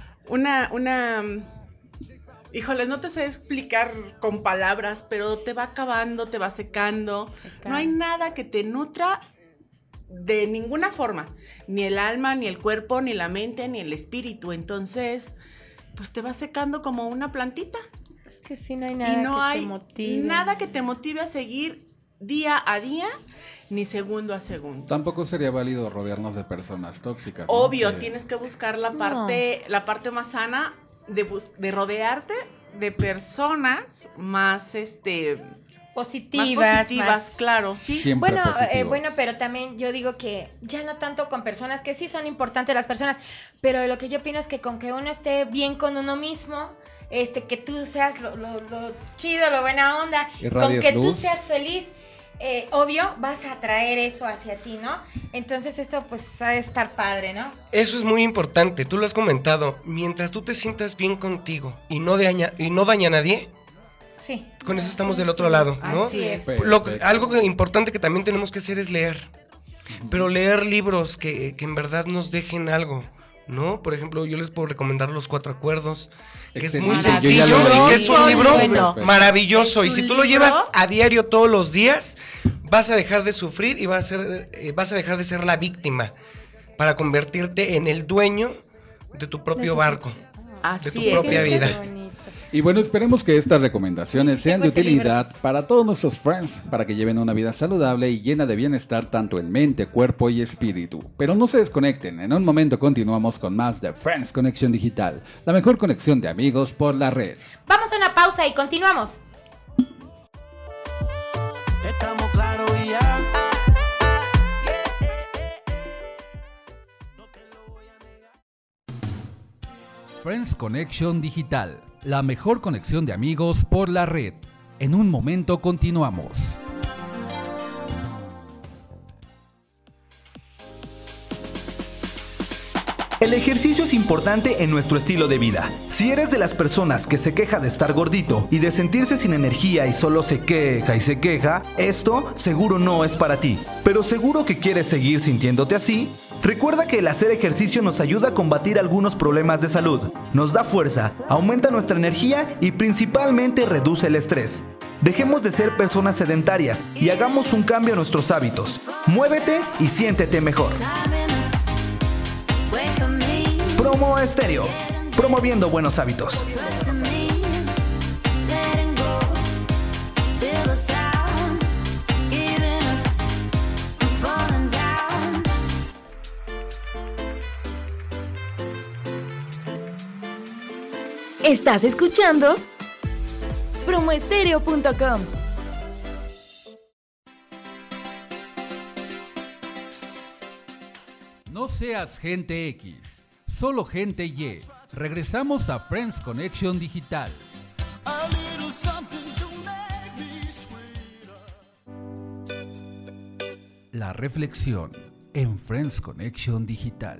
Híjoles, no te sé explicar con palabras, pero te va acabando, te va secando. No hay nada que te nutra de ninguna forma. Ni el alma, ni el cuerpo, ni la mente, ni el espíritu. Entonces, pues te va secando como una plantita. Es que sí, no hay nada Y no que hay te motive. nada que te motive a seguir día a día, ni segundo a segundo. Tampoco sería válido rodearnos de personas tóxicas, ¿no? Obvio, Que- tienes que buscar la parte más sana de rodearte de personas más Positivas. más claro, sí. Siempre Bueno, positivos. bueno, pero también yo digo que ya no tanto con personas que sí son importantes las personas, pero lo que yo opino es que con que uno esté bien con uno mismo, que tú seas lo chido, lo buena onda, Irradies con que tú luz. seas feliz, obvio, vas a atraer eso hacia ti, ¿no? Entonces esto pues ha de estar padre, ¿no? Eso es muy importante, tú lo has comentado. Mientras tú te sientas bien contigo y no daña a nadie, Sí. con eso estamos del otro lado, ¿no? Así es. Perfecto. Algo importante que también tenemos que hacer es leer. Pero leer libros que en verdad nos dejen algo, ¿no? Por ejemplo, yo les puedo recomendar Los Cuatro Acuerdos, que es muy Excelente. sencillo, Yo ya lo leí. que es un libro Bueno. maravilloso. Es Y si un tú lo libro- llevas a diario todos los días, vas a dejar de sufrir y vas a dejar de ser la víctima para convertirte en el dueño de tu propio barco, de Así tu es. propia vida. Qué bonito. Y bueno, esperemos que estas recomendaciones sean de Tengo ese utilidad libro. para todos nuestros friends, para que lleven una vida saludable y llena de bienestar tanto en mente, cuerpo y espíritu. Pero no se desconecten, en un momento continuamos con más de Friends Conexión Digital, la mejor conexión de amigos por la red. Vamos a una pausa y continuamos. Estamos claros y ya. Friends Connection Digital, la mejor conexión de amigos por la red. En un momento continuamos. El ejercicio es importante en nuestro estilo de vida. Si eres de las personas que se queja de estar gordito y de sentirse sin energía y solo se queja, esto seguro no es para ti. Pero seguro que quieres seguir sintiéndote así. Recuerda que el hacer ejercicio nos ayuda a combatir algunos problemas de salud, nos da fuerza, aumenta nuestra energía y principalmente reduce el estrés. Dejemos de ser personas sedentarias y hagamos un cambio en nuestros hábitos. Muévete y siéntete mejor. Promo Estéreo, promoviendo buenos hábitos. Estás escuchando promoestereo.com. No seas gente X, solo gente Y. Regresamos a Friends Connection Digital. La reflexión en Friends Connection Digital.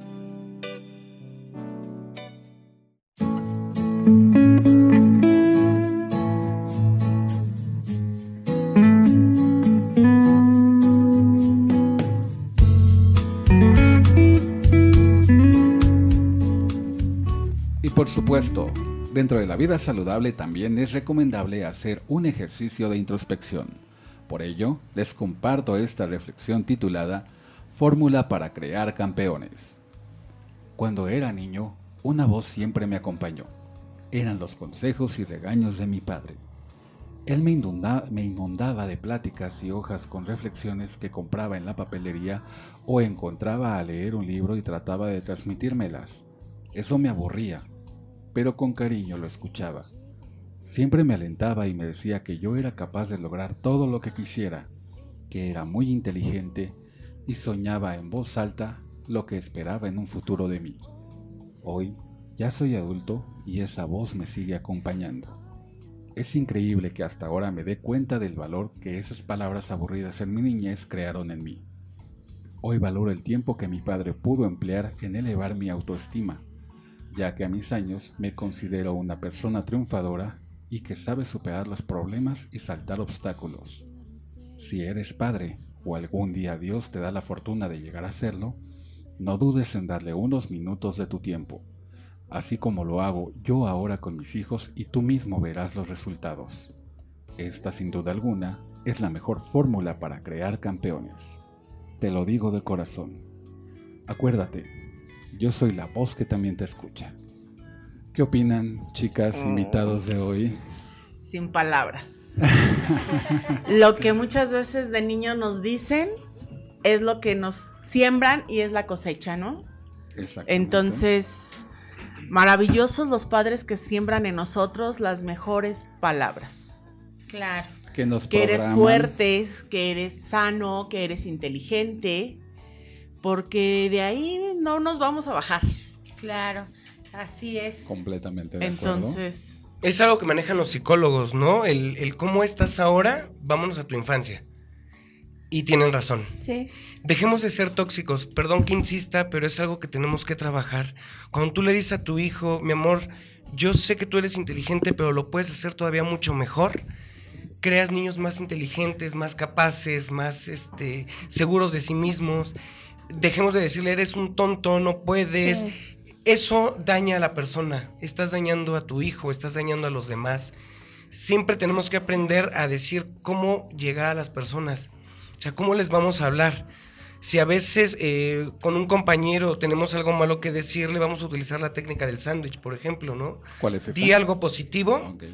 Y por supuesto, dentro de la vida saludable también es recomendable hacer un ejercicio de introspección. Por ello, les comparto esta reflexión titulada Fórmula para crear campeones. Cuando era niño, una voz siempre me acompañó. Eran los consejos y regaños de mi padre. Él me inundaba de pláticas y hojas con reflexiones que compraba en la papelería o encontraba al leer un libro y trataba de transmitírmelas. Eso me aburría, pero con cariño lo escuchaba. Siempre me alentaba y me decía que yo era capaz de lograr todo lo que quisiera, que era muy inteligente y soñaba en voz alta lo que esperaba en un futuro de mí. Hoy ya soy adulto y esa voz me sigue acompañando. Es increíble que hasta ahora me dé cuenta del valor que esas palabras aburridas en mi niñez crearon en mí. Hoy valoro el tiempo que mi padre pudo emplear en elevar mi autoestima, ya que a mis años me considero una persona triunfadora y que sabe superar los problemas y saltar obstáculos. Si eres padre o algún día Dios te da la fortuna de llegar a serlo, no dudes en darle unos minutos de tu tiempo, así como lo hago yo ahora con mis hijos y tú mismo verás los resultados. Esta sin duda alguna es la mejor fórmula para crear campeones. Te lo digo de corazón. Acuérdate, yo soy la voz que también te escucha. ¿Qué opinan, chicas invitados de hoy? Sin palabras. Lo que muchas veces de niño nos dicen es lo que nos siembran y es la cosecha, ¿no? Exactamente. Entonces, maravillosos los padres que siembran en nosotros las mejores palabras. Claro. Que eres fuerte, que eres sano, que eres inteligente, porque de ahí no nos vamos a bajar. Claro. Así es. Completamente de acuerdo. Entonces, es algo que manejan los psicólogos, ¿no? El cómo estás ahora, vámonos a tu infancia. Y tienen razón. Sí. Dejemos de ser tóxicos. Perdón que insista, pero es algo que tenemos que trabajar. Cuando tú le dices a tu hijo, mi amor, yo sé que tú eres inteligente, pero lo puedes hacer todavía mucho mejor. Creas niños más inteligentes, más capaces, más seguros de sí mismos. Dejemos de decirle, eres un tonto, no puedes. Sí. Eso daña a la persona, estás dañando a tu hijo, estás dañando a los demás. Siempre tenemos que aprender a decir cómo llegar a las personas, o sea, cómo les vamos a hablar. Si a veces con un compañero tenemos algo malo que decirle, vamos a utilizar la técnica del sándwich, por ejemplo, ¿no? ¿Cuál es esa? Di algo positivo, Okay.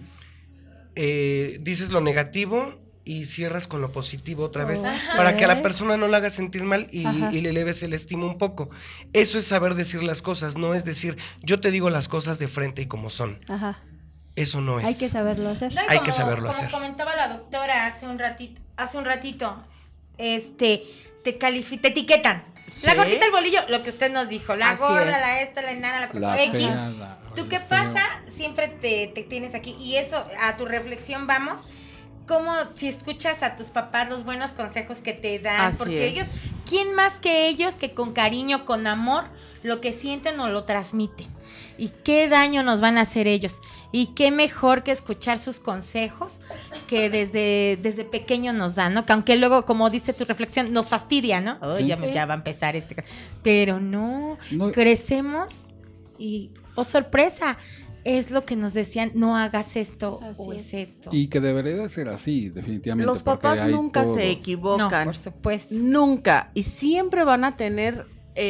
Dices lo negativo y cierras con lo positivo otra vez, para que a la persona no la haga sentir mal y le eleves el estima un poco. Eso es saber decir las cosas, no es decir, yo te digo las cosas de frente y como son. Ajá. Eso no es. Hay que saberlo hacer. No, hay que saberlo hacer. Como comentaba la doctora hace un ratito, te etiquetan. ¿Sí? La gordita, el bolillo, lo que usted nos dijo, la Así gorda, es. la esta, la enana, la X. ¿Tú qué pasa? Siempre te tienes aquí. Y eso, a tu reflexión vamos. Como si escuchas a tus papás los buenos consejos que te dan, Así porque es. ellos ¿quién más que ellos que con cariño, con amor, lo que sienten nos lo transmiten? Y qué daño nos van a hacer ellos. Y qué mejor que escuchar sus consejos que desde pequeño nos dan, ¿no? Que aunque luego, como dice tu reflexión, nos fastidia, ¿no? Oh, Sí. ya va a empezar Pero no, crecemos y, oh sorpresa, es lo que nos decían, no hagas esto o es esto. Y que debería de ser así, definitivamente. Los porque papás hay nunca se todos. equivocan. No, por supuesto. Nunca. Y siempre van a tener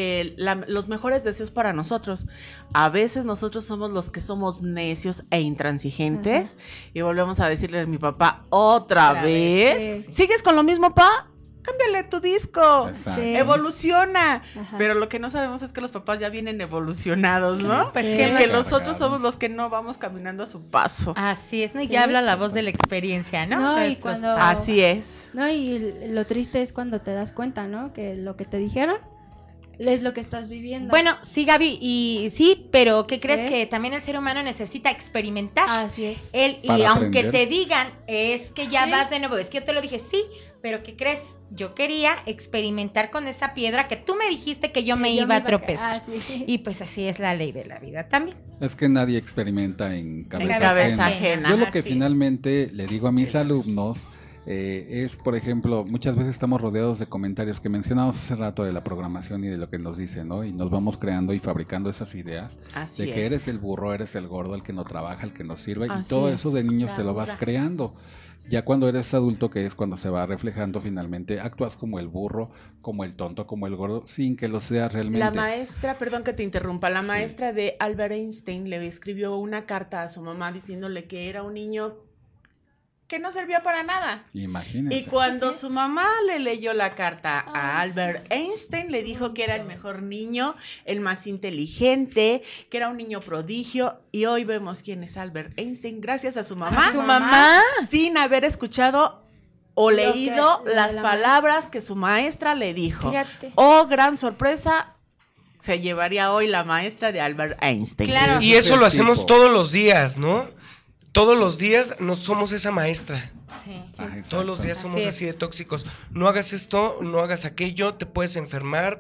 los mejores deseos para nosotros. A veces nosotros somos los que somos necios e intransigentes. Y volvemos a decirle a mi papá otra vez. sí. ¿Sigues con lo mismo, pa? Cámbiale tu disco. Exacto. Sí. Evoluciona. Ajá. Pero lo que no sabemos es que los papás ya vienen evolucionados, ¿no? Pues, Y ¿qué que más? nosotros somos los que no vamos caminando a su paso. Así es, ¿no? Y Sí. ya habla la voz de la experiencia, ¿no? No, y Nuestros cuando- padres. Así es. No, y lo triste es cuando te das cuenta, ¿no? Que lo que te dijeron es lo que estás viviendo. Bueno, sí, Gaby, y sí, pero ¿qué Sí. crees? Que también el ser humano necesita experimentar. Así es. Y Para aunque aprender. te digan, es que ya Sí. vas de nuevo, es que yo te lo dije, sí, pero ¿qué crees? Yo quería experimentar con esa piedra que tú me dijiste que yo me iba a tropezar. sí. Y pues así es la ley de la vida también. Es que nadie experimenta en cabeza, cabeza ajena. ajena. Yo lo que Así. finalmente le digo a mis alumnos es, por ejemplo, muchas veces estamos rodeados de comentarios que mencionamos hace rato de la programación y de lo que nos dicen, ¿no? Y nos vamos creando y fabricando esas ideas Así de que es. eres el burro, eres el gordo, el que no trabaja, el que no sirve, y Así todo es. eso de niños La te lo vas dura. creando. Ya cuando eres adulto, que es cuando se va reflejando finalmente, actúas como el burro, como el tonto, como el gordo, sin que lo seas realmente. La maestra, perdón que te interrumpa, la Sí. maestra de Albert Einstein le escribió una carta a su mamá diciéndole que era un niño que no servía para nada. Imagínense. Y cuando su mamá le leyó la carta a Albert Einstein, le dijo que era el mejor niño, el más inteligente, que era un niño prodigio. Y hoy vemos quién es Albert Einstein gracias a su mamá. ¿A su mamá? Sin haber escuchado o Lo leído que- las la palabras que su maestra le dijo. Fíjate. Oh, gran sorpresa, se llevaría hoy la maestra de Albert Einstein. Claro. Y eso lo Ese hacemos tipo. todos los días, ¿no? Todos los días nos somos esa maestra. Sí. Ah, exacto. Todos los días somos Así es. así de tóxicos. No hagas esto, no hagas aquello, te puedes enfermar.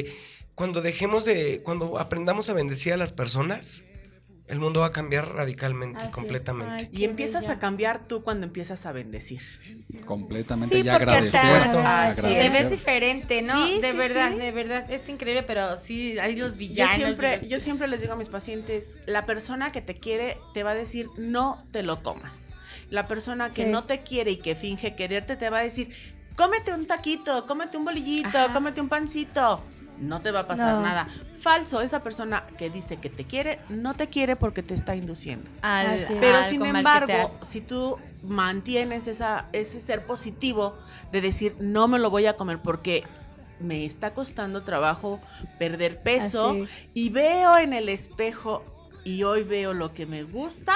Cuando aprendamos a bendecir a las personas, el mundo va a cambiar radicalmente, Así es. completamente. Ay, Y qué empiezas bella. a cambiar tú cuando empiezas a bendecir. Completamente, Sí, y porque agradecer. hasta Así te es. ves diferente, ¿no? Sí, de sí, verdad, sí. de verdad, es increíble, pero sí, hay los Yo villanos. yo siempre les digo a mis pacientes, la persona que te quiere te va a decir no te lo comas. La persona que Sí. no te quiere y que finge quererte te va a decir, cómete un taquito, cómete un bolillito, Ajá. cómete un pancito. No te va a pasar No. nada. Falso, esa persona que dice que te quiere, no te quiere porque te está induciendo. Así es. Pero algo sin mal que te embargo, hace. si tú mantienes ese ser positivo de decir, no me lo voy a comer porque me está costando trabajo perder peso Así. y veo en el espejo y hoy veo lo que me gusta,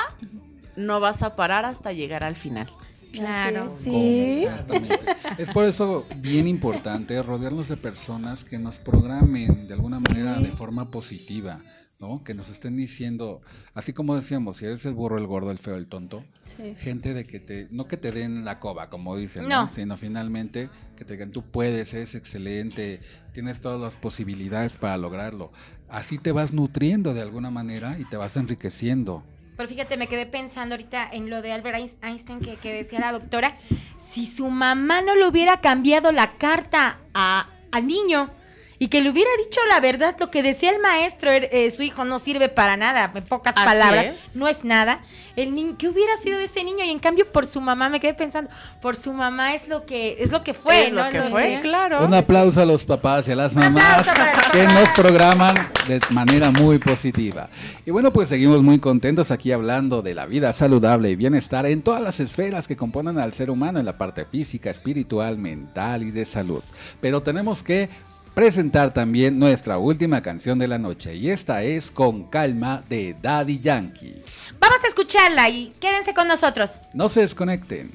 no vas a parar hasta llegar al final. Claro. Así es, sí. Completamente. Es por eso bien importante rodearnos de personas que nos programen de alguna manera de forma positiva, ¿no? Que nos estén diciendo, así como decíamos, si eres el burro, el gordo, el feo, el tonto, Sí. gente de que no que te den la coba, como dicen, ¿no? No. Sino finalmente que te digan, tú puedes, eres excelente, tienes todas las posibilidades para lograrlo. Así te vas nutriendo de alguna manera y te vas enriqueciendo. Pero fíjate, me quedé pensando ahorita en lo de Albert Einstein que decía la doctora, si su mamá no le hubiera cambiado la carta al niño y que le hubiera dicho la verdad, lo que decía el maestro, su hijo no sirve para nada, en pocas Así palabras, es. no es nada, el niño, ¿qué hubiera sido de ese niño? Y en cambio por su mamá, me quedé pensando, por su mamá es lo que fue, Es ¿no? lo que fue, claro. Un aplauso a los papás y a las mamás aplauso para los que papás. nos programan de manera muy positiva. Y bueno, pues seguimos muy contentos aquí hablando de la vida saludable y bienestar en todas las esferas que componen al ser humano, en la parte física, espiritual, mental y de salud. Pero tenemos que presentar también nuestra última canción de la noche, y esta es Con Calma de Daddy Yankee. Vamos a escucharla y quédense con nosotros. No se desconecten.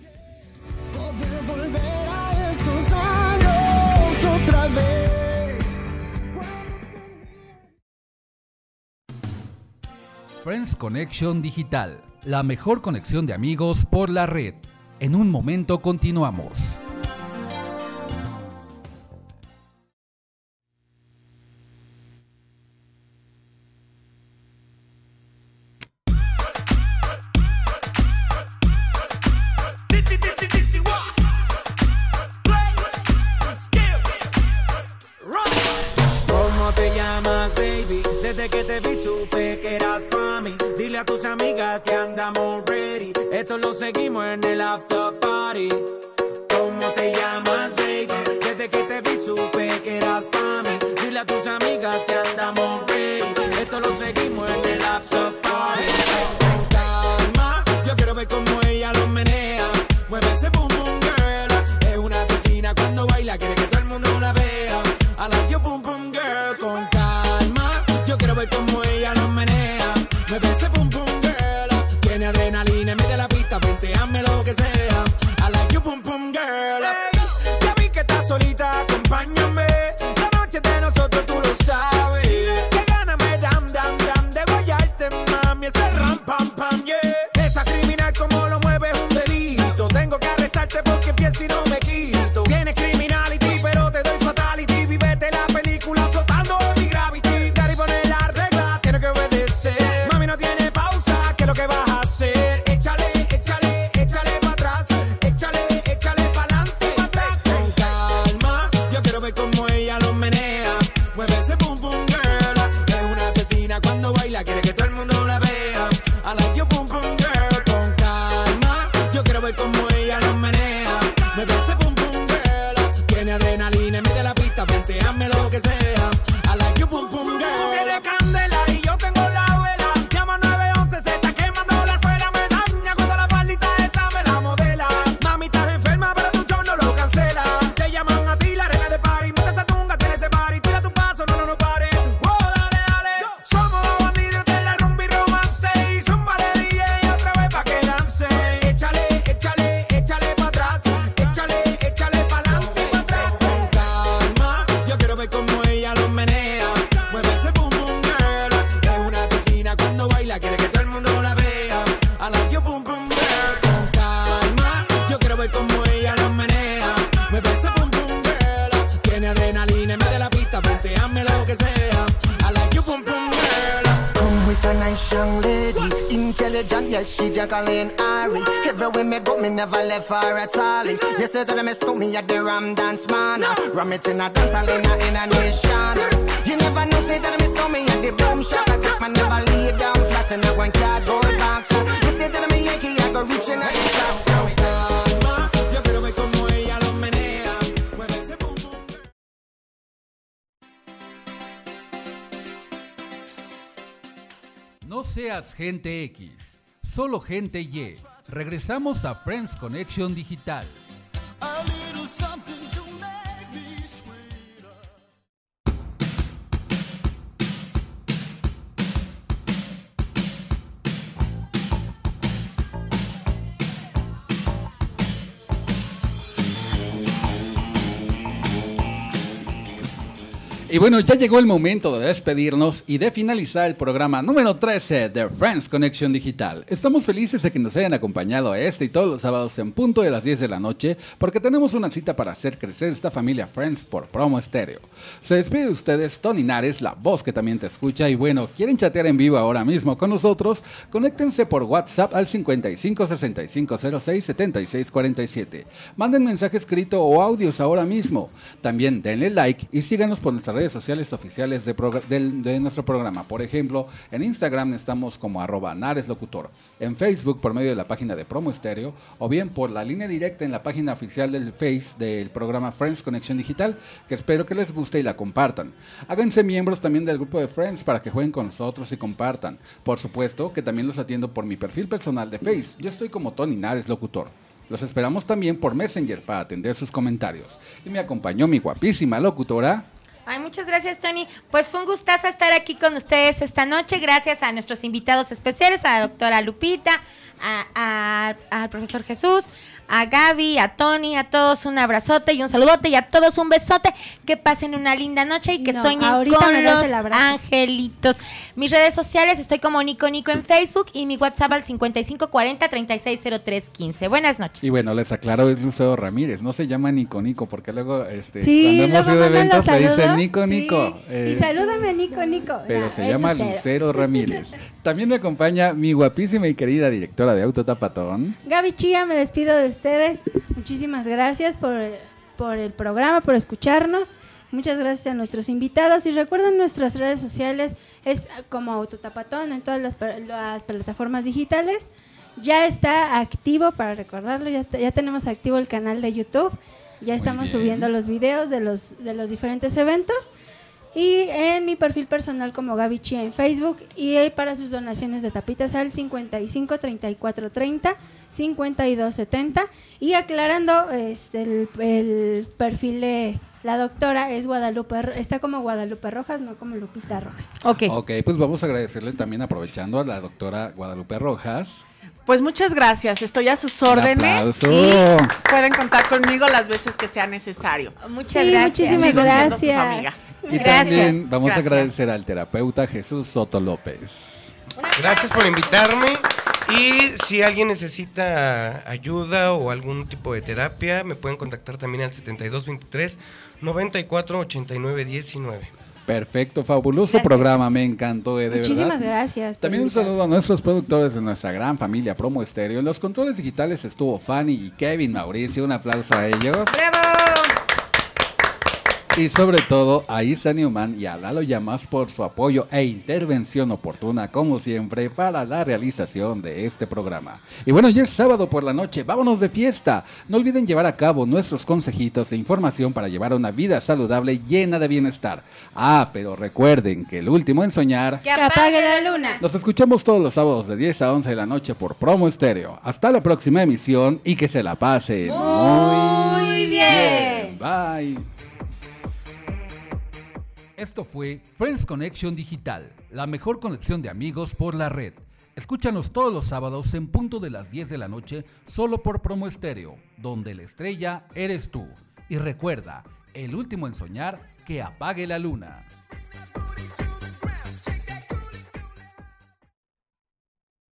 Poder volver a esos años otra vez. Friends Connection Digital, la mejor conexión de amigos por la red. En un momento continuamos. Desde que te vi supe que eras pa' mí. Dile a tus amigas que andamos ready. Esto lo seguimos en el after party. ¿Cómo te llamas, baby? Desde que te vi supe que eras pa' mí. Dile a tus amigas que andamos ready. Esto lo seguimos en el after party. Con calma, yo quiero ver cómo ella lo menea. Mueve ese boom boom girl. Es una asesina cuando baila, quiere que todo el mundo la vea. I like your boom boom girl. Con calma, yo quiero ver cómo ella lo menea. Mueve ese boom boom girl. Tiene adrenalina, mete la pista, venteame lo que sea. I like your boom boom girl. Hey, ya vi que estás solita, acompáñame. La noche de nosotros tú lo sabes. Que gana me dam dam dam de guayarte, mami. Ese ram pam pam, yeah. Esa criminal como lo mueve es un delito. Tengo que arrestarte porque pienso y no me quito. Tienes criminality, pero te doy fatality. Vivete la película flotando en mi gravity. Daddy pone la regla, tiene que obedecer. Mami no tiene pausa, ¿qué es lo que vas a hacer? Échale, échale, échale para atrás. Échale, échale para adelante, para atrás. Con calma, yo quiero ver cómo ella lo menea. Mueve ese boom boom girl. Es una asesina cuando baila, quiere que todo el mundo la vea. I like your boom boom girl. Con calma, yo quiero ver cómo ella lo menea. Mueve ese boom boom girl. Tiene adrenalina, mete la pista, venteame lo que sea. I like your boom boom girl. Tú tienes candela y yo tengo la vela. Llama 911, se está quemando la suela. Me daña cuando la faldita esa me la modela. Mami, estás enferma, pero tu show no lo cancela. Te llaman a ti la reina de party. Mete esa tunga, tiene ese party. Tira tu paso, no pare. Wow, dale, dale. Somos los bandidos de la rumba y romance. Y zumba de DJ otra vez pa' que lance. Échale, échale, échale pa' atrás. Échale, échale pa' adelante, pa' atrás. Con calma, yo quiero ver cómo ella lo menea. Mueve ese boom boom girl. Es una asesina cuando baila, quiere que todo el mundo la vea. I like your boom boom girl. Con calma, yo quiero ver cómo ella lo menea. Mueve ese boom boom girl. Tiene adrenalina, mete la pista, venteame lo que sea. I like your boom boom girl. Come with a nice young lady, intelligent, yes, she Jacqueline Ari. Everywhere me go, me never left her at all. You say that me stole me at the Ram Dance Man. Ram it in a dance hall in a nation. You never know, say that me stole me at the Boom Shop. I take my never lay down flat in a one cardboard box. You say that me Yankee, I go reaching at the top. So Calma, yo quiero ver cómo ella lo menea. Mueve ese boom boom girl. No seas gente X, solo gente Y. Regresamos a Friends Connection Digital. A little something to make me sweeter. Y bueno, ya llegó el momento de despedirnos y de finalizar el programa número 13 de Friends Connection Digital. Estamos felices de que nos hayan acompañado este y todos los sábados en punto de las 10 de la noche, porque tenemos una cita para hacer crecer esta familia Friends por Promo Estéreo. Se despide de ustedes Tony Nares, la voz que también te escucha, y bueno, ¿quieren chatear en vivo ahora mismo con nosotros? Conéctense por WhatsApp al 55 65 06 76 47. Manden mensaje escrito o audios ahora mismo. También denle like y síganos por nuestras redes sociales oficiales de nuestro programa. Por ejemplo, en Instagram estamos como @nareslocutor, en Facebook por medio de la página de Promo Estéreo, o bien por la línea directa en la página oficial del Face del programa Friends Connection Digital, que espero que les guste y la compartan. Háganse miembros también del grupo de Friends para que jueguen con nosotros y compartan. Por supuesto que también los atiendo por mi perfil personal de Face. Yo estoy como Tony Nares Locutor. Los esperamos también por Messenger para atender sus comentarios. Y me acompañó mi guapísima locutora. Ay, muchas gracias, Tony. Pues fue un gustazo estar aquí con ustedes esta noche. Gracias a nuestros invitados especiales, a la doctora Lupita, al profesor Jesús, a Gaby, a Tony, a todos un abrazote y un saludote, y a todos un besote. Que pasen una linda noche y que sueñen con los angelitos. Mis redes sociales, estoy como Nico en Facebook, y mi WhatsApp al 5540 360315. Buenas noches. Y bueno, les aclaro, es Lucero Ramírez, no se llama Nico, porque luego sí, cuando hemos ido a eventos le dicen Nico. Sí, salúdame a Nico. Pero se llama Lucero Ramírez. También me acompaña mi guapísima y querida directora de Autotapatón, Gaby Chía. Me despido de ustedes. Muchísimas gracias por el programa, por escucharnos. Muchas gracias a nuestros invitados y recuerden nuestras redes sociales, es como Autotapatón en todas las plataformas digitales. Ya está activo, para recordarlo, ya tenemos activo el canal de YouTube, ya estamos subiendo los videos de los diferentes eventos. Y en mi perfil personal como Gaby Chía en Facebook, y para sus donaciones de tapitas al 55 34 30 52 70. Y aclarando, el perfil de la doctora es está como Guadalupe Rojas, no como Lupita Rojas. Ok, pues vamos a agradecerle también, aprovechando, a la doctora Guadalupe Rojas. Pues muchas gracias, estoy a sus órdenes y pueden contar conmigo las veces que sea necesario. Muchas gracias. Muchísimas gracias. Y también vamos a agradecer al terapeuta Jesús Soto López. Gracias por invitarme. Y si alguien necesita ayuda o algún tipo de terapia, me pueden contactar también al 7223 94 89 19. Perfecto, fabuloso programa, me encantó, de Muchísimas verdad. gracias. También un saludo a nuestros productores de nuestra gran familia Promo Estéreo. En los controles digitales estuvo Fanny y Kevin Mauricio, un aplauso a ellos. ¡Bravo! Y sobre todo a Isa Newman y a Lalo Llamas por su apoyo e intervención oportuna, como siempre, para la realización de este programa. Y bueno, ya es sábado por la noche, vámonos de fiesta. No olviden llevar a cabo nuestros consejitos e información para llevar una vida saludable llena de bienestar. Pero recuerden que el último en soñar... ¡Que apague la luna! Nos escuchamos todos los sábados de 10 a 11 de la noche por Promo Estéreo. Hasta la próxima emisión y que se la pasen muy bien. Bye. Esto fue Friends Connection Digital, la mejor conexión de amigos por la red. Escúchanos todos los sábados en punto de las 10 de la noche, solo por Promo Estéreo, donde la estrella eres tú. Y recuerda, el último en soñar, que apague la luna.